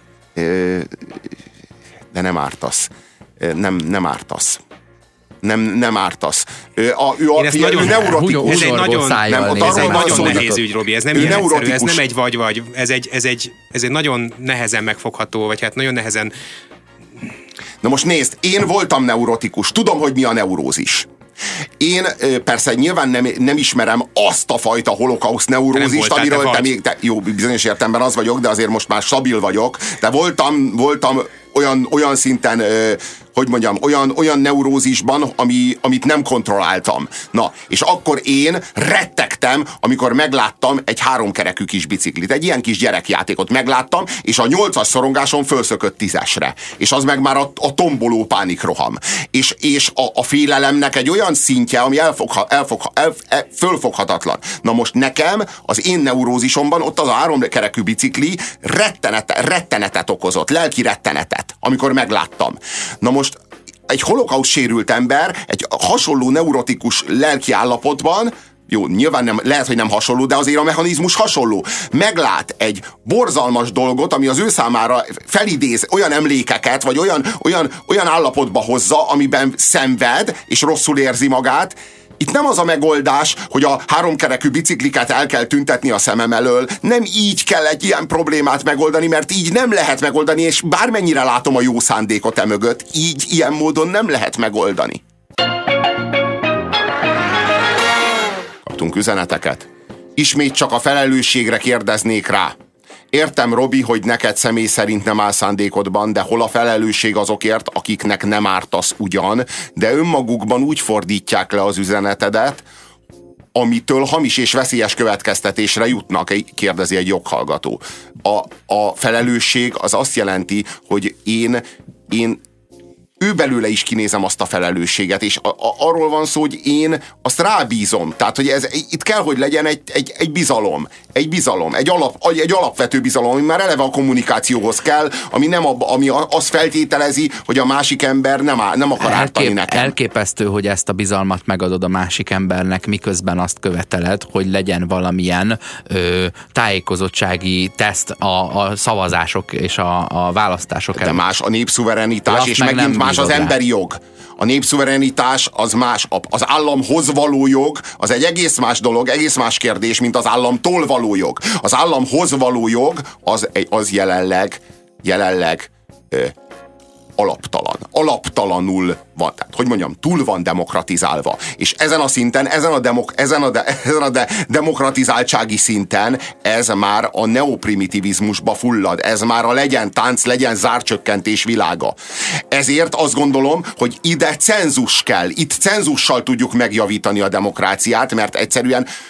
De nem ártasz. Nem, nem ártasz. Nem, nem ártasz. Ő, a, ő, a, figyel, nagyon, ő neurotikus. Ez egy nagyon, nem, ez egy nagyon szó, nehéz ügy, Robi. Ez nem ilyen egyszerű, ez nem egy vagy-vagy. Ez egy, ez, egy, ez egy nagyon nehezen megfogható, vagy hát nagyon nehezen... Na most nézd, én voltam neurotikus. Tudom, hogy mi a neurózis. Én persze nyilván nem, nem ismerem azt a fajta holokauszt neurózist, amiről te, te még, te, jó, bizonyos értelemben az vagyok, de azért most már stabil vagyok, de voltam, voltam olyan, olyan szinten, hogy mondjam, olyan, olyan neurózisban, ami, amit nem kontrolláltam. Na, és akkor én rettegtem, amikor megláttam egy háromkerekű kis biciklit. Egy ilyen kis gyerekjátékot megláttam, és a nyolcas szorongáson fölszökött tízesre. És az meg már a, a tomboló pánikroham. És, és a, a félelemnek egy olyan szintje, ami elfogha, elfogha, el, el, fölfoghatatlan. Na most nekem, az én neurózisomban ott az a háromkerekű bicikli rettenet, rettenetet okozott, lelki rettenetet, amikor megláttam. Na most egy holokauszt sérült ember egy hasonló neurotikus lelki állapotban, jó, nyilván nem, lehet, hogy nem hasonló, de azért a mechanizmus hasonló. Meglát egy borzalmas dolgot, ami az ő számára felidéz olyan emlékeket, vagy olyan, olyan, olyan állapotba hozza, amiben szenved, és rosszul érzi magát. Itt nem az a megoldás, hogy a háromkerekű bicikliket el kell tüntetni a szemem elől. Nem így kell egy ilyen problémát megoldani, mert így nem lehet megoldani, és bármennyire látom a jó szándékot e mögött, így, ilyen módon nem lehet megoldani. Kaptunk üzeneteket. Ismét csak a felelősségre kérdeznék rá. Értem, Robi, hogy neked személy szerint nem áll szándékodban, de hol a felelősség azokért, akiknek nem ártasz ugyan, de önmagukban úgy fordítják le az üzenetedet, amitől hamis és veszélyes következtetésre jutnak, kérdezi egy joghallgató. A, a felelősség az azt jelenti, hogy én, én ő belőle is kinézem azt a felelősséget, és a, a, arról van szó, hogy én azt rábízom. Tehát, hogy ez, itt kell, hogy legyen egy, egy, egy bizalom. Egy bizalom, egy, alap, egy alapvető bizalom, ami már eleve a kommunikációhoz kell, ami, nem abba, ami azt feltételezi, hogy a másik ember nem, á, nem akar ártani Elkép, nekem. Elképesztő, hogy ezt a bizalmat megadod a másik embernek, miközben azt követeled, hogy legyen valamilyen ö, tájékozottsági teszt a, a szavazások és a, a választások De más a népszuverenitás, és meg megint más az emberi jog. A népszuverenitás az más. Az államhoz való jog az egy egész más dolog, egész más kérdés, mint az államtól való jog. Az államhoz való jog az, az jelenleg, jelenleg ö, alaptalan. Alaptalanul van, tehát, hogy mondjam, túl van demokratizálva. És ezen a szinten, ezen a, demok, ezen a, de, ezen a de, demokratizáltsági szinten ez már a neoprimitivizmusba fullad. Ez már a legyen tánc, legyen zárcsökkentés világa. Ezért azt gondolom, hogy ide cenzus kell. Itt cenzussal tudjuk megjavítani a demokráciát, mert egyszerűen,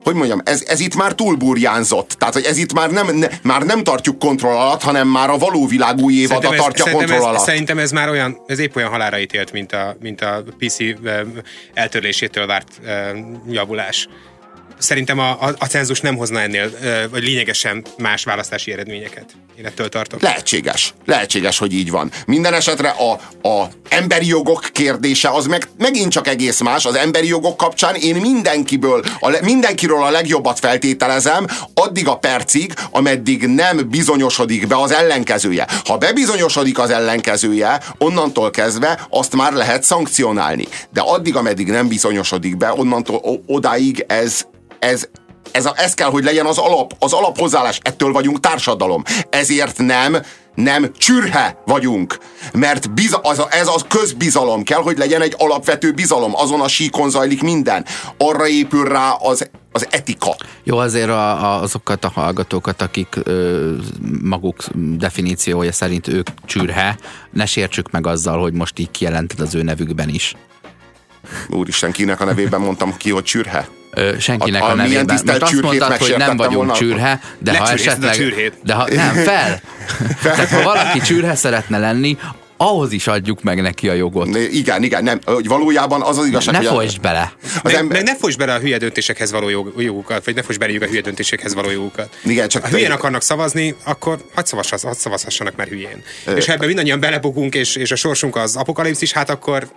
hogy mondjam, ez, ez itt már túlburjánzott. Tehát, hogy ez itt már nem, ne, már nem tartjuk kontroll alatt, hanem már a való világ új évada ez, tartja kontroll ez, alatt. Szerintem ez már olyan, ez épp olyan halálra ítélt, mint a, mint a pé cé eltörlésétől várt javulás. Szerintem a, a, a cenzus nem hozna ennél, vagy lényegesen más választási eredményeket. Én ettől tartok. Lehetséges. Lehetséges, hogy így van. Minden esetre a, a emberi jogok kérdése az meg, megint csak egész más. Az emberi jogok kapcsán én mindenkiből, a, mindenkiről a legjobbat feltételezem, addig a percig, ameddig nem bizonyosodik be az ellenkezője. Ha bebizonyosodik az ellenkezője, onnantól kezdve azt már lehet szankcionálni. De addig, ameddig nem bizonyosodik be, onnantól odáig ez Ez, ez, a, ez kell, hogy legyen az alap, az alaphozzáállás. Ettől vagyunk társadalom. Ezért nem, nem csürhe vagyunk. Mert biza, az a, ez a közbizalom kell, hogy legyen egy alapvető bizalom. Azon a síkon zajlik minden. Arra épül rá az, az etika. Jó, azért a, a, azokat a hallgatókat, akik ö, maguk definíciója szerint ők csürhe, ne sértsük meg azzal, hogy most így kijelented az ő nevükben is. Úristen, kinek a nevében mondtam ki, hogy csürhe? Ö, senkinek a, a, a nevében. Most azt mondtad, hogy nem vagyunk volna, csürhe, de ha esetleg... De ha, nem, fel! fel. Tehát ha valaki csürhe szeretne lenni, ahhoz is adjuk meg neki a jogot. Igen, igen, nem, hogy valójában az az igazság, ne hogy... Ne folytsd bele! Meg, ember... meg ne folytsd bele a hülye döntésekhez való jogukat, vagy ne folytsd beléjük a hülye döntésekhez való jogukat. Igen, csak ha hülyén akarnak szavazni, akkor hadd szavazhass, hadd szavazhassanak már hülyén. Ö... És ha ebben mindannyian belebukunk, és, és a sorsunk az apokalipszis, hát akkor...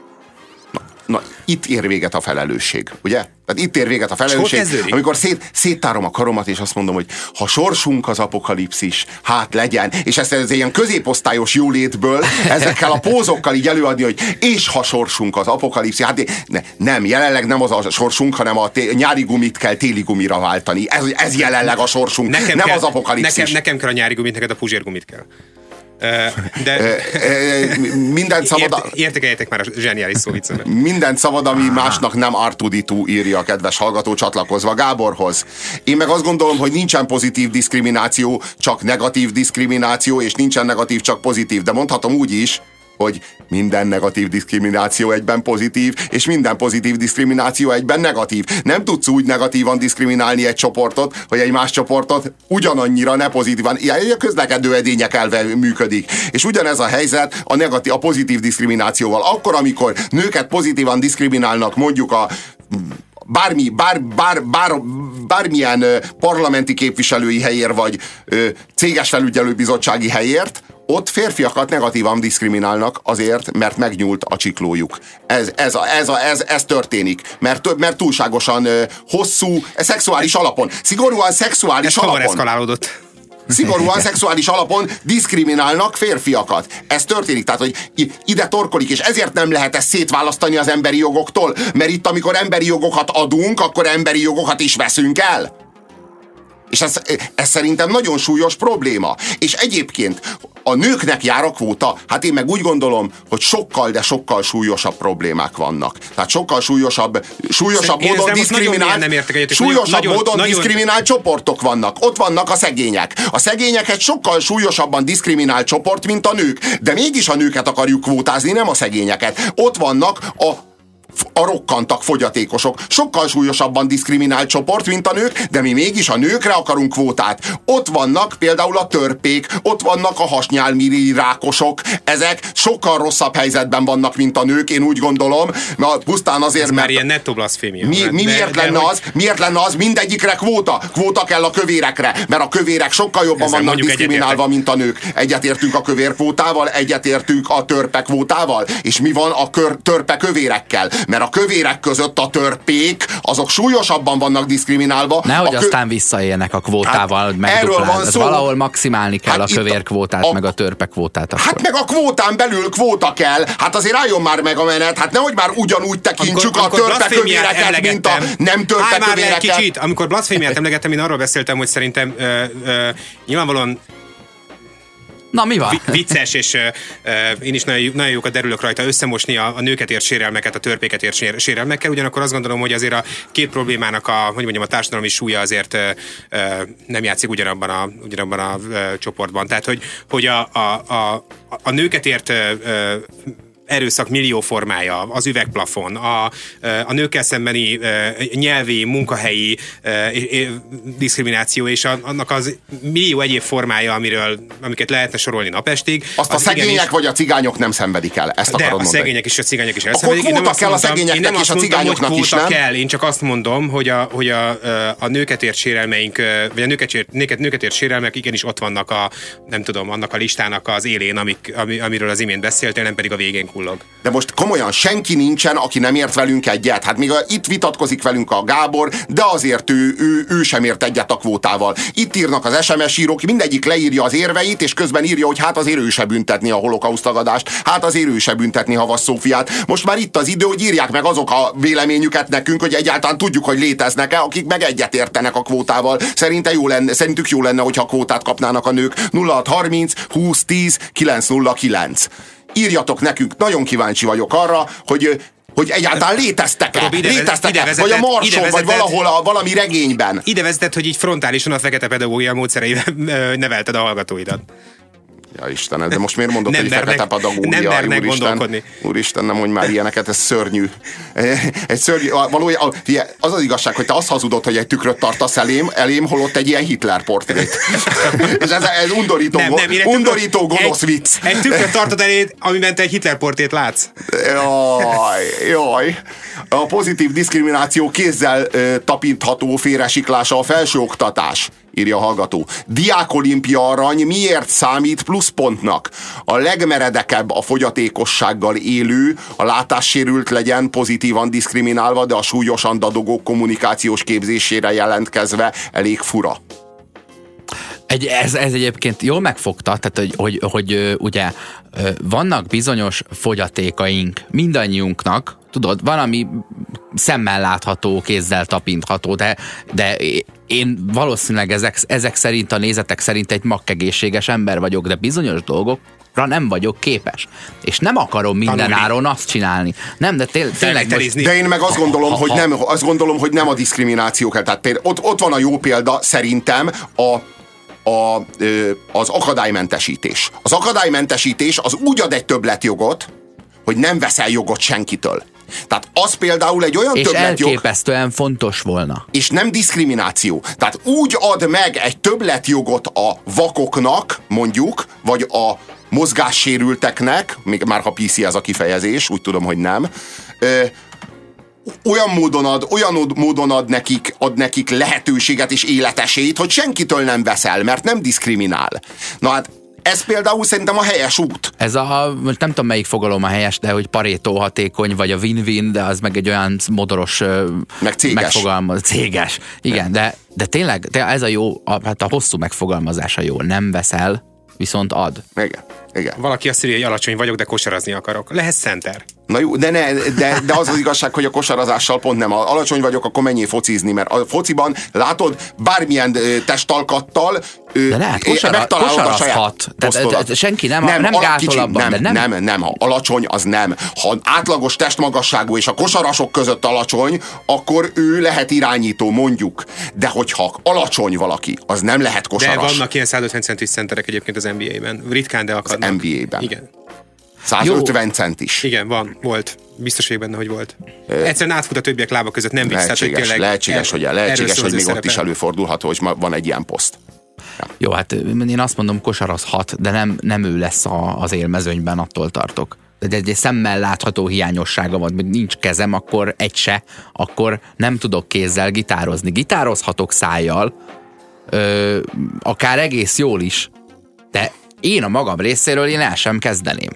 Na, itt ér véget a felelősség, ugye? Tehát itt ér véget a felelősség, amikor szét, széttárom a karomat, és azt mondom, hogy ha sorsunk az apokalipszis, hát legyen, és ezt ez ilyen középosztályos jólétből ezekkel a pózokkal így előadni, hogy és ha sorsunk az apokalipszis, hát ne, nem, jelenleg nem az a sorsunk, hanem a té- nyári gumit kell téli gumira váltani. Ez, ez jelenleg a sorsunk, nekem nem kell, az apokalipszis. Nekem, nekem kell a nyári gumit, neked a puzsérgumit kell. De minden szabad... Ért, értékeljetek már a zseniális szóviccemet. Minden szabad, ami másnak nem ártudító, írja a kedves hallgató csatlakozva Gáborhoz. Én meg azt gondolom, hogy nincsen pozitív diszkrimináció, csak negatív diszkrimináció, és nincsen negatív, csak pozitív. De mondhatom úgy is, hogy minden negatív diszkrimináció egyben pozitív, és minden pozitív diszkrimináció egyben negatív. Nem tudsz úgy negatívan diszkriminálni egy csoportot, hogy egy más csoportot ugyanannyira ne pozitívan. Ilyen a közlekedő edények elve működik. És ugyanez a helyzet a negatív, a pozitív diszkriminációval. Akkor, amikor nőket pozitívan diszkriminálnak, mondjuk a bármi, bár, bár, bár, bármilyen parlamenti képviselői helyért, vagy ö, céges felügyelőbizottsági helyért, ott férfiakat negatívan diszkriminálnak azért, mert megnyúlt a csiklójuk. Ez, ez, a, ez, a, ez, ez történik. Mert, mert túlságosan ö, hosszú, szexuális alapon, szigorúan szexuális ez alapon. Ez eszkalálódott. Szigorúan szexuális alapon diszkriminálnak férfiakat. Ez történik, tehát, hogy ide torkolik, és ezért nem lehet ezt szétválasztani az emberi jogoktól, mert itt, amikor emberi jogokat adunk, akkor emberi jogokat is veszünk el. És ez, ez szerintem nagyon súlyos probléma. És egyébként a nőknek jár a kvóta, hát én meg úgy gondolom, hogy sokkal, de sokkal súlyosabb problémák vannak. Tehát sokkal súlyosabb, súlyosabb én módon diszkriminált, súlyosabb nagyon, módon nagyon... diszkriminált csoportok vannak. Ott vannak a szegények. A szegények egy sokkal súlyosabban diszkriminált csoport, mint a nők. De mégis a nőket akarjuk kvótázni, nem a szegényeket. Ott vannak a a rokkantak, fogyatékosok. Sokkal súlyosabban diszkriminált csoport, mint a nők, de mi mégis a nőkre akarunk kvótát. Ott vannak például a törpék, ott vannak a hasnyálmirigy rákosok. Ezek sokkal rosszabb helyzetben vannak, mint a nők, én úgy gondolom. Mert pusztán azért, ez mert... már ilyen nettó blaszfémia. Mi, mi de, miért, de, lenne de, az, miért lenne az mindegyikre kvóta? Kvóta kell a kövérekre, mert a kövérek sokkal jobban ezzel vannak diszkriminálva, mint a nők. Egyetértünk a kövérkvótával, egyetértünk a törpekvótával, és mi van a kör, törpe kövérekkel? Mert a kövérek között a törpék, azok súlyosabban vannak diszkriminálva. Nehogy kö... aztán visszaéljenek a kvótával, hát, hogy megdupláz. Valahol maximálni kell hát a kövérkvótát, a... meg a törpekvótát. Akkor. Hát meg a kvótán belül kvóta kell. Hát azért álljon már meg a menet. Hát nehogy már ugyanúgy tekintsük amikor, a törpekövéreket, mint a nem törpekövéreket. Kicsit, amikor blaszfémiát emlegettem, én arról beszéltem, hogy szerintem ö, ö, nyilvánvalóan na, mi van? Vicces, és uh, én is nagyon, nagyon jókat derülök rajta összemosni a, a nőket ért sérelmeket, a törpéket ért sérelmekkel, ugyanakkor azt gondolom, hogy azért a két problémának a, hogy mondjam, a társadalmi súlya azért uh, uh, nem játszik ugyanabban a, ugyanabban a uh, csoportban. Tehát, hogy, hogy a, a, a, a nőket ért uh, erőszak millió formája, az üvegplafon, a, a nőkkel szembeni nyelvi, munkahelyi diszkrimináció, és annak az millió egyéb formája, amiről, amiket lehetne sorolni napestig. Azt a szegények igenis, vagy a cigányok nem szenvedik el, ezt de akarod a mondani. szegények és a cigányok is elszenvedik. Akkor kvóta kell a szegényeknek és a cigányoknak is, nem? Kell. Én csak azt mondom, hogy a, hogy a, a nőket ért sérelmeink, vagy a nőket ért, nőket, nőket ért sérelmek igenis ott vannak a, nem tudom, annak a listának az élén, amik, ami, amiről az imént beszéltél, nem pedig a végén kullog. De most komolyan senki nincsen, aki nem ért velünk egyet. Hát még a, itt vitatkozik velünk a Gábor, de azért ő, ő, ő sem ért egyet a kvótával. Itt írnak az es em es írók, mindegyik leírja az érveit, és közben írja, hogy hát azért ő se büntetni a holokauszttagadást, hát azért ő se büntetni Havas Szófiát. Most már itt az idő, hogy írják meg azok a véleményüket nekünk, hogy egyáltalán tudjuk, hogy léteznek-e, akik meg egyet értenek a kvótával. Szerinte jó lenne, szerintük jó lenne, hogyha kvótát kapnának a nők. nulla hat harminc húsz tíz kilenc nulla kilenc. Írjatok nekünk, nagyon kíváncsi vagyok arra, hogy hogy egyáltalán léteztek-e? Léteztek-e? Vagy a Marson, vagy valahol a, valami regényben. Ide vezetett, hogy így frontálisan a fekete pedagógia módszereivel nevelted a hallgatóidat. Ja Istenem, de most miért mondok, nem hogy mernek, fekete pedagógia? Nem mernek úristen, gondolkodni. Úristen, nem mondj már ilyeneket, ez szörnyű. Egy szörnyű, valójában az az igazság, hogy te azt hazudod, hogy egy tükröt tartasz elém, elém holott egy ilyen Hitler portrét. És ez, ez undorító, nem, nem, undorító gonosz egy, vicc. Egy tükröt tartod eléd, amiben te egy Hitler portrét látsz. Jaj, jaj. A pozitív diszkrimináció kézzel uh, tapintható félresiklása a felsőoktatás, írja a hallgató. Diákolimpia arany miért számít pluszpontnak? A legmeredekebb a fogyatékossággal élő, a látássérült legyen pozitívan diszkriminálva, de a súlyosan dadogó kommunikációs képzésére jelentkezve elég fura. Egy, ez, ez egyébként jól megfogta, tehát hogy, hogy, hogy ugye vannak bizonyos fogyatékaink mindannyiunknak, tudod, valami szemmel látható, kézzel tapintható, de, de én valószínűleg ezek, ezek szerint, a nézetek szerint egy makkegészséges ember vagyok, de bizonyos dolgokra nem vagyok képes. És nem akarom minden áron azt csinálni. Nem, de té- tényleg most... De én meg azt gondolom, ha, ha, hogy nem, azt gondolom, hogy nem a diszkrimináció kell. Tehát például, ott, ott van a jó példa, szerintem a A, az akadálymentesítés. Az akadálymentesítés az úgy ad egy többletjogot, hogy nem veszel jogot senkitől. Tehát az például egy olyan és többletjog... És elképesztően fontos volna. És nem diszkrimináció. Tehát úgy ad meg egy többletjogot a vakoknak, mondjuk, vagy a mozgássérülteknek, még már ha pé cé ez a kifejezés, úgy tudom, hogy nem, olyan módon ad, olyan módon ad nekik, ad nekik lehetőséget és életesélyt, hogy senkitől nem veszel, mert nem diszkriminál. Na hát ez például szerintem a helyes út. Ez a, most nem tudom melyik fogalom a helyes, de hogy Pareto hatékony, vagy a win-win, de az meg egy olyan modoros meg céges. megfogalmaz, céges. Igen, de, de tényleg de ez a jó, a, hát a hosszú megfogalmazása jó. Nem veszel, viszont ad. Igen, igen. Valaki azt írja, hogy alacsony vagyok, de kosarazni akarok. Lehet center. Na jó, de, ne, de, de az az igazság, hogy a kosarazással pont nem. Ha alacsony vagyok, akkor menjél focizni, mert a fociban látod, bármilyen testalkattal de lehet, kosara, kosarazhat. Tehát senki nem, nem, nem gátol abban. Nem, nem, nem, nem, nem, ha alacsony, az nem. Ha átlagos testmagasságú és a kosarasok között alacsony, akkor ő lehet irányító, mondjuk. De hogyha alacsony valaki, az nem lehet kosaras. De vannak ilyen száz ötven centis centerek egyébként az en bé á-ben. Ritkán, de akadnak. Az en bé á-ben. Igen. száz ötven centis. Igen, van, volt. Biztos vagyok benne, hogy volt. Egyszerűen átfut a többiek lába között, nem vicc. Lehetséges, hogy, lehetséges, hogy, lehetséges, hogy még szerepe. Ott is előfordulhat, hogy van egy ilyen poszt. Ja. Jó, hát én azt mondom, kosarazhat, de nem, nem ő lesz a, az élmezőnyben, attól tartok. De egy szemmel látható hiányossága van, hogy nincs kezem, akkor egy se, akkor nem tudok kézzel gitározni. Gitározhatok szájjal, ö, akár egész jól is, de én a magam részéről én el sem kezdeném.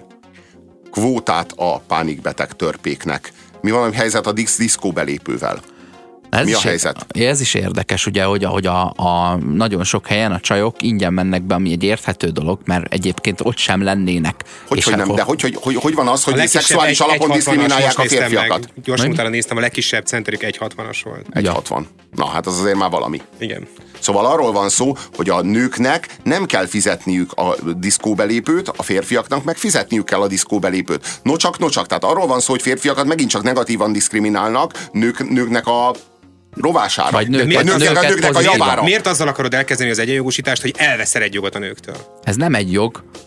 Kvótát a pánikbeteg törpéknek. Mi van a helyzet a diszkó belépővel? Ez Mi a is, helyzet? Ez is érdekes, ugye, hogy, ahogy a, a nagyon sok helyen a csajok ingyen mennek be, ami egy érthető dolog, mert egyébként ott sem lennének. Hogy, hogy nem, akkor... de hogy, hogy, hogy, hogy van az, hogy szexuális egy, alapon diszkriminálják a férfiakat? Gyorsan utána néztem, a legkisebb centerük egy hatvanas volt. egy hatvan. Na hát az azért már valami. Igen. Szóval arról van szó, hogy a nőknek nem kell fizetniük a diszkóbelépőt, a férfiaknak meg fizetniük kell a diszkóbelépőt. No csak, no csak. Tehát arról van szó, hogy férfiakat megint csak negatívan diszkriminálnak, nők, nőknek a rovására. Vagy nők, a nőknek, a, nőknek a javára. Miért azzal akarod elkezdeni az egyenjogosítást, hogy elveszel egy jogot a nőktől? Ez nem egy jog.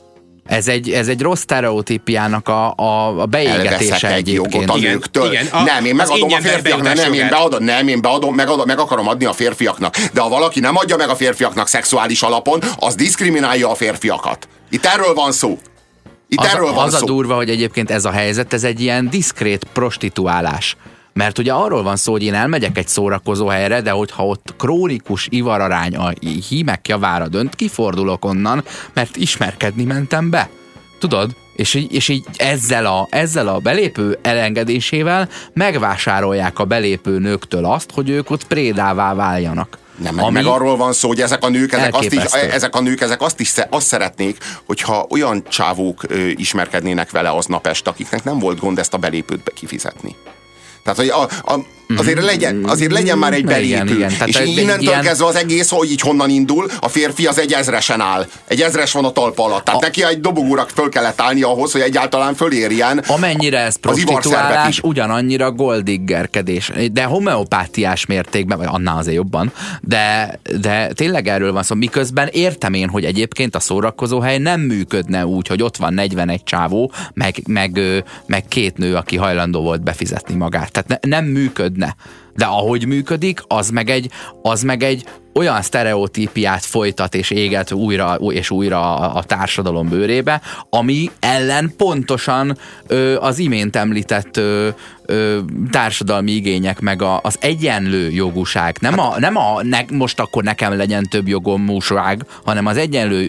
Ez egy, ez egy rossz sztereotípiának a, a, a beégetése egy egyébként. jogot a Igen, nőktől. igen, a- nem, én megadom a ingyen férfiaknak, nem, én beadom, nem, én beadom, megadom, meg akarom adni a férfiaknak. De ha valaki nem adja meg a férfiaknak szexuális alapon, az diszkriminálja a férfiakat. Itt erről van szó. Itt Az, erről van az szó. a durva, hogy egyébként ez a helyzet, ez egy ilyen diszkrét prostituálás. Mert ugye arról van szó, hogy én elmegyek egy szórakozó helyre, de hogyha ott krónikus ivararány a hímek javára dönt, kifordulok onnan, mert ismerkedni mentem be. Tudod? És így, és így ezzel, a, ezzel a belépő elengedésével megvásárolják a belépő nőktől azt, hogy ők ott prédává váljanak. Nem, meg, meg arról van szó, hogy ezek a nők, ezek azt, is, elképesztő. ezek a nők, ezek azt is azt szeretnék, hogyha olyan csávók ö, ismerkednének vele aznap este, akiknek nem volt gond ezt a belépőt be kifizetni. Tehát, hogy a, a, azért, legyen, azért legyen már egy belépő. Igen, igen. És egy, innentől egy ilyen... kezdve az egész, hogy így honnan indul, a férfi az egy ezresen áll. Egy ezres van a talpa alatt. Tehát a... neki egy dobogóra föl kellett állni ahhoz, hogy egyáltalán fölérjen. Amennyire ez prostituálás, ugyanannyira goldiggerkedés. De homeopátiás mértékben, vagy annál azért jobban, de, de tényleg erről van szó. Miközben értem én, hogy egyébként a szórakozóhely nem működne úgy, hogy ott van negyvenegy csávó, meg, meg, meg két nő, aki hajlandó volt befizetni magát. Tehát ne, nem működne. De ahogy működik, az meg egy, az meg egy olyan sztereotípiát folytat és éget újra és újra a, a társadalom bőrébe, ami ellen pontosan ö, az imént említett ö, ö, társadalmi igények, meg a, az egyenlő jogúság, nem a, nem a ne, most akkor nekem legyen több jogomúság, hanem az egyenlő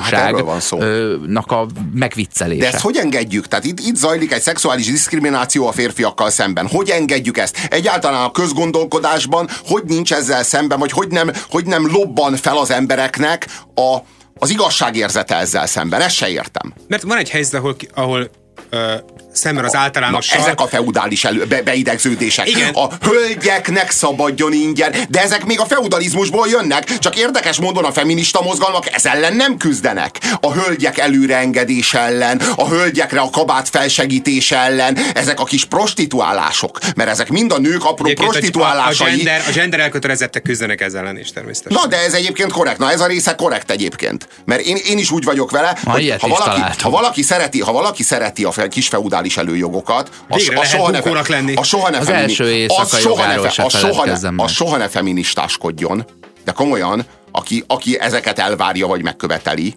jogúságnak a megviccelése. De ezt hogy engedjük? Tehát itt, itt zajlik egy szexuális diszkrimináció a férfiakkal szemben. Hogy engedjük ezt? Egyáltalán a közgondolkodásban, hogy nincs ezzel szemben, vagy hogy nem, hogy nem lobban fel az embereknek a, az igazságérzete ezzel szemben. Ezt se értem. Mert van egy helyzet, ahol, ahol ö, szemben az általánossal... Na, ezek a feudális elő, be, beidegződések. Igen. A hölgyeknek szabadjon ingyen, de ezek még a feudalizmusból jönnek, csak érdekes módon a feminista mozgalmak ez ellen nem küzdenek. A hölgyek előreengedése ellen, a hölgyekre a kabát felsegítése ellen, ezek a kis prostituálások, mert ezek mind a nők apró egyébként prostituálásai. A, a, gender, a gender elkötelezettek küzdenek ezzel ellen is természetesen. Na, de ez egyébként korrekt. Na, ez a része korrekt egyébként. Mert én, én is úgy vagyok vele, ha hogy ha valaki, ha valaki szereti, ha valaki szereti a kis feudális előjogokat, a, a, soha ne, a soha ne az femini, első éjszaka jogáról se feledkezzem meg. A soha ne feministáskodjon, de komolyan, aki, aki ezeket elvárja, vagy megköveteli,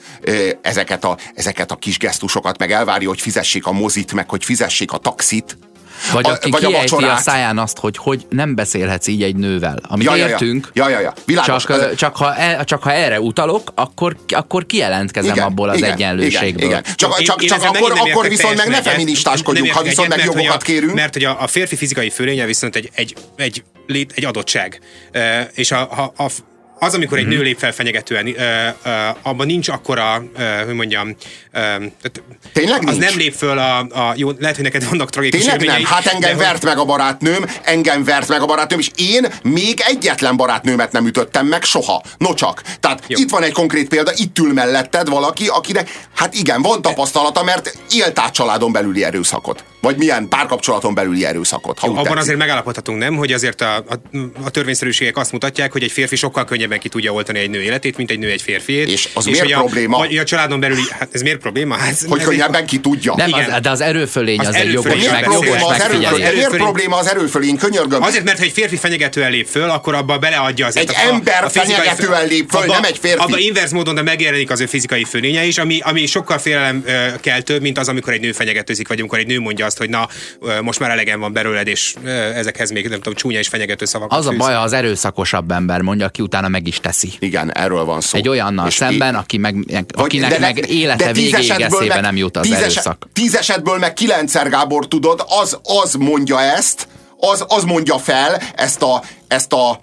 ezeket a, ezeket a kis gesztusokat, meg elvárja, hogy fizessék a mozit, meg hogy fizessék a taxit, Vagy a, aki vagy kiejti a, a száján azt, hogy hogy nem beszélhetsz így egy nővel. Amit ja, ja, értünk, ja, ja, ja. Világos, csak, ez... csak, ha e, csak ha erre utalok, akkor, akkor kijelentkezem igen, abból az igen, egyenlőségből. Igen, igen. Csak, én, csak, én csak akkor, akkor viszont meg ne feministáskodjunk, ha viszont meg jogokat a, kérünk. Mert hogy a, a férfi fizikai fölénye viszont egy, egy, egy, lét, egy adottság. E, és a, a, a az, amikor egy nő lép fel fenyegetően, ö, ö, abban nincs akkora, ö, hogy mondjam, ö, tényleg az nincs? nem lép föl a, a jó, lehet, hogy neked vannak tragikus tényleg élményei. Nem? Hát engem vert hogy... meg a barátnőm, engem vert meg a barátnőm, és én még egyetlen barátnőmet nem ütöttem meg soha. No csak. Tehát jó. Itt van egy konkrét példa, itt ül melletted valaki, akinek, hát igen, van tapasztalata, mert élt át családon belüli erőszakot. Vagy milyen párkapcsolaton belüli erőszakot. Ha jó, abban tetszik. azért megállapodhatunk, nem, hogy azért a, a, a törvényszerűségek azt mutatják, hogy egy férfi sokkal könnyebben ki tudja oltani egy nő életét, mint egy nő egy férfiét. És az és miért a, probléma? Vagy a családon belüli, hát ez miért probléma? Hát, hogy könnyebben ki tudja. Nem, az, de az erőfölény az, az egy jogos, meg, jogos megfigyelés. Miért probléma az erőfölény? Könyörgöm. Azért, mert ha egy férfi fenyegetően lép föl, akkor abba beleadja az egy a, ember a fenyegetően lép föl, abba, nem egy férfi. Abba inverz módon de megjelenik az ő fizikai fölénye is, ami, ami sokkal félelem kell több, mint az, amikor egy nő fenyegetőzik, vagy amikor egy nő mondja azt, hogy na, most már elegem van belőled, és ezekhez még nem tudom, csúnya és fenyegető szavakat az fűz. A baj, az erőszakosabb ember mondja, aki utána meg is teszi. Igen, erről van szó. Egy olyannal és szemben, aki meg, akinek de, meg élete végéig eszébe nem jut az tíz erőszak. Tíz esetből meg kilencszer, Gábor, tudod, az, az mondja ezt, az, az mondja fel ezt a, ezt a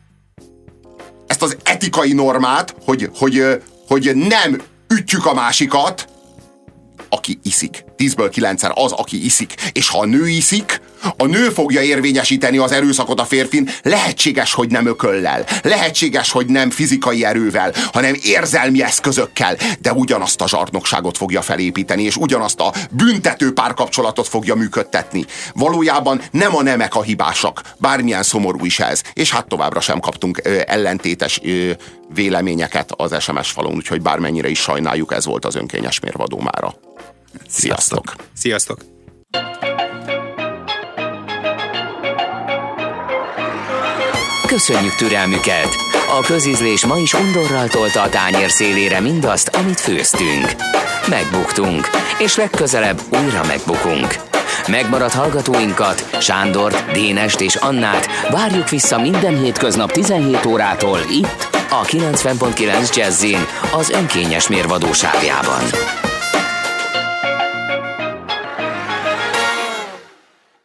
ezt az etikai normát, hogy, hogy, hogy nem ütjük a másikat, aki iszik. Tízből kilencszer az, aki iszik. És ha a nő iszik, A nő fogja érvényesíteni az erőszakot a férfin, lehetséges, hogy nem ököllel, lehetséges, hogy nem fizikai erővel, hanem érzelmi eszközökkel, de ugyanazt a zsarnokságot fogja felépíteni, és ugyanazt a büntető párkapcsolatot fogja működtetni. Valójában nem a nemek a hibásak, bármilyen szomorú is ez, és hát továbbra sem kaptunk ö, ellentétes ö, véleményeket az es em es falon, úgyhogy bármennyire is sajnáljuk, ez volt az önkényes mérvadó mára. Sziasztok! Sziasztok! Köszönjük türelmüket! A közízlés ma is undorral tolta a tányér szélére mindazt, amit főztünk. Megbuktunk, és legközelebb újra megbukunk. Megmaradt hallgatóinkat, Sándort, Dénest és Annát várjuk vissza minden hétköznap tizenhét órától itt, a kilencven pont kilenc Jazzin, az önkényes mérvadó sávjában.